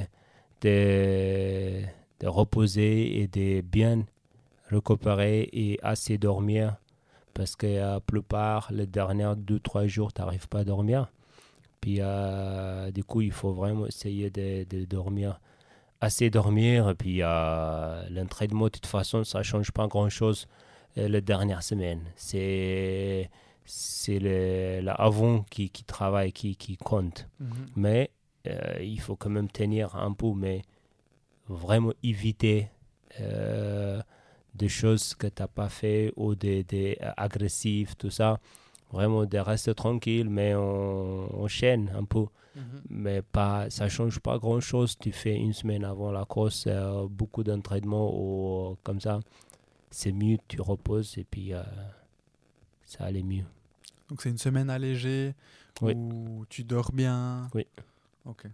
reposer et de bien récupérer et assez dormir parce que la plupart, les derniers 2-3 jours, tu n'arrives pas à dormir puis du coup, il faut vraiment essayer de dormir, assez dormir. Et puis l'entraînement, de toute façon, ça ne change pas grand-chose la dernière semaine. C'est l'avant qui travaille, qui compte. Mais il faut quand même tenir un peu, mais vraiment éviter des choses que tu n'as pas fait ou des agressifs, tout ça. Vraiment de rester tranquille, mais on chaîne un peu. Mais pas, ça ne change pas grand-chose. Tu fais une semaine avant la course, beaucoup d'entraînement ou comme ça. C'est mieux, tu reposes et puis ça allait mieux. Donc c'est une semaine allégée où tu dors bien. Oui. Ok.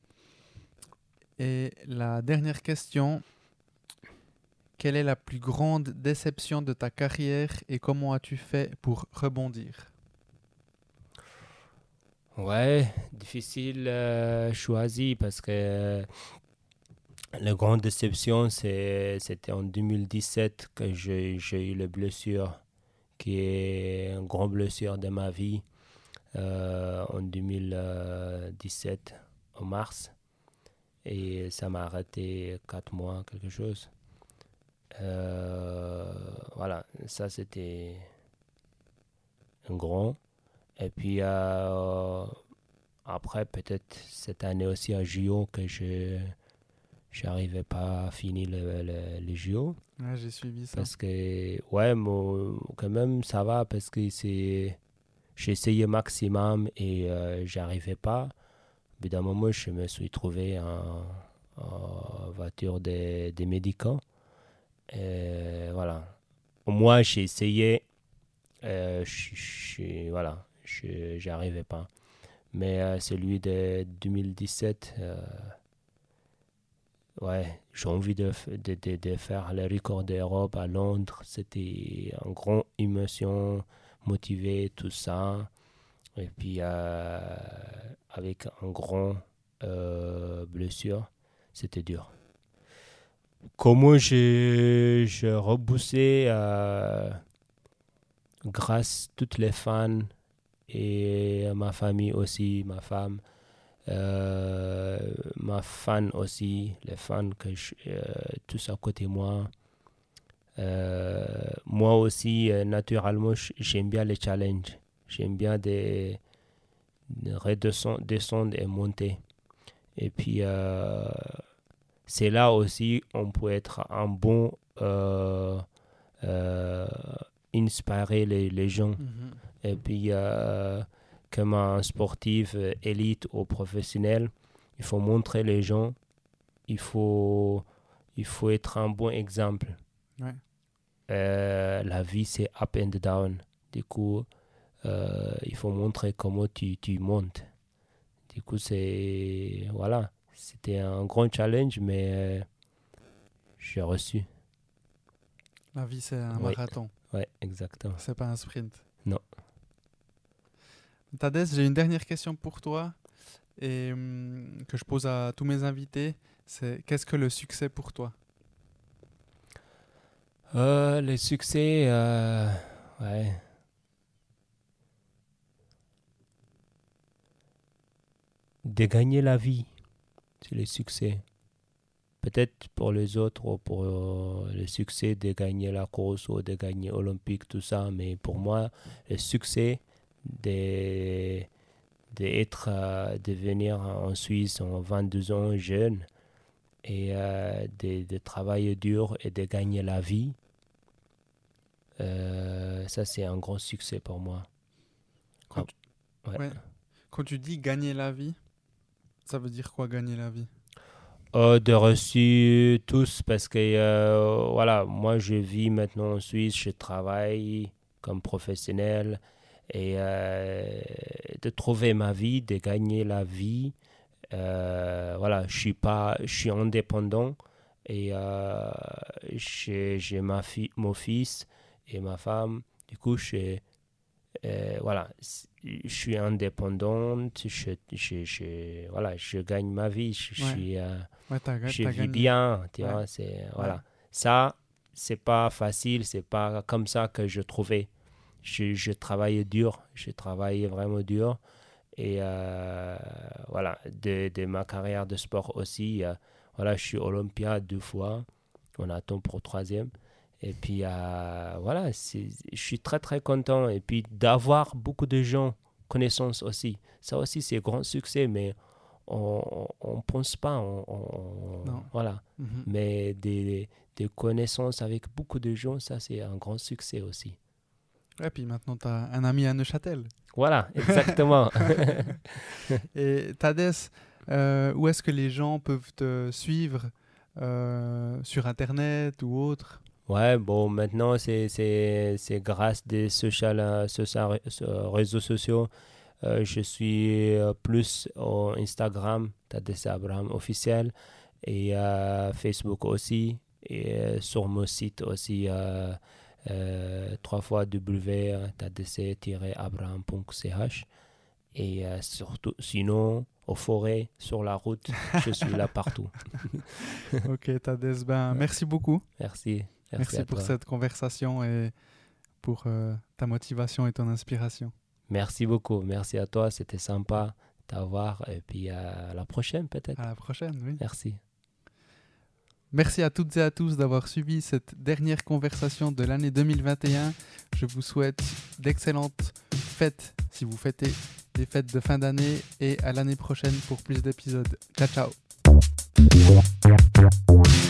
Et la dernière question, quelle est la plus grande déception de ta carrière et comment as-tu fait pour rebondir? Ouais, difficile choisi parce que la grande déception, c'était en 2017 que j'ai eu la blessure, qui est une grande blessure de ma vie, en 2017, en mars. Et ça m'a arrêté 4 mois, quelque chose. Voilà, ça c'était un grand. Et puis après, peut-être cette année aussi à JO que je n'arrivais pas à finir les JO. Ouais, j'ai suivi ça. Parce que, ouais, quand même, ça va parce que j'ai essayé maximum et j'arrivais pas. Au bout d'un moment, je me suis trouvé en voiture des médicaments. Et voilà. Au moins, j'ai essayé. Voilà, je n'arrivais pas. Mais celui de 2017, ouais, j'ai envie de faire le record d'Europe à Londres. C'était une grande émotion, motivé, tout ça. Et puis, avec un grand blessure, c'était dur. Comment j'ai repoussé grâce à toutes les fans et à ma famille aussi, ma femme, ma fan aussi, les fans que tous à côté de moi. Moi aussi, naturellement, j'aime bien les challenges. J'aime bien descendre et monter. Et puis, c'est là aussi on peut être un bon inspirer les gens. Et puis, comme un sportif élite ou professionnel, il faut montrer les gens, il faut être un bon exemple. Ouais. La vie, c'est up and down. Du coup, il faut montrer comment tu montes. Du coup, voilà. C'était un grand challenge, mais j'ai reçu. La vie, c'est un marathon. Oui, exactement. C'est pas un sprint. Non. Tadej, j'ai une dernière question pour toi et que je pose à tous mes invités. C'est qu'est-ce que le succès pour toi? Le succès, ouais. De gagner la vie, c'est le succès. Peut-être pour les autres, ou pour le succès de gagner la course ou de gagner Olympique, tout ça. Mais pour moi, le succès de venir en Suisse en 22 ans jeune et de travailler dur et de gagner la vie, ça c'est un grand succès pour moi. Quand tu dis gagner la vie, ça veut dire quoi gagner la vie? De reçu tous parce que voilà, moi je vis maintenant en Suisse, je travaille comme professionnel et de trouver ma vie, de gagner la vie. Voilà, je suis indépendant et j'ai mon fils et ma femme. Du coup, voilà, je suis indépendante, voilà, je gagne ma vie, je vis bien, tu vois, voilà. Ça, c'est pas facile, c'est pas comme ça que je trouvais. Je travaillais dur, je travaillais vraiment dur Et voilà, de ma carrière de sport aussi, voilà, je suis Olympia 2 fois. On attend pour 3e. Et puis, voilà, je suis très, très content. Et puis, d'avoir beaucoup de gens, connaissances aussi. Ça aussi, c'est un grand succès, mais on ne pense pas. Voilà. Mhm. Mais des connaissances avec beaucoup de gens, ça, c'est un grand succès aussi. Et puis maintenant, tu as un ami à Neuchâtel. Voilà, exactement. Et Tadesse, où est-ce que les gens peuvent te suivre sur Internet ou autre? Ouais, bon, maintenant, c'est grâce des réseaux sociaux. Je suis plus au Instagram, Tadesse Abraham officiel, et Facebook aussi, et sur mon site aussi, www.tadesse-abraham.ch. Et surtout, sinon, aux forêts, sur la route, je suis là partout. Ok, Tadesse, merci beaucoup. Merci. Merci pour cette conversation et pour ta motivation et ton inspiration. Merci beaucoup. Merci à toi. C'était sympa de t'avoir. Et puis à la prochaine, peut-être. À la prochaine, oui. Merci. Merci à toutes et à tous d'avoir suivi cette dernière conversation de l'année 2021. Je vous souhaite d'excellentes fêtes si vous fêtez les fêtes de fin d'année et à l'année prochaine pour plus d'épisodes. Ciao, ciao.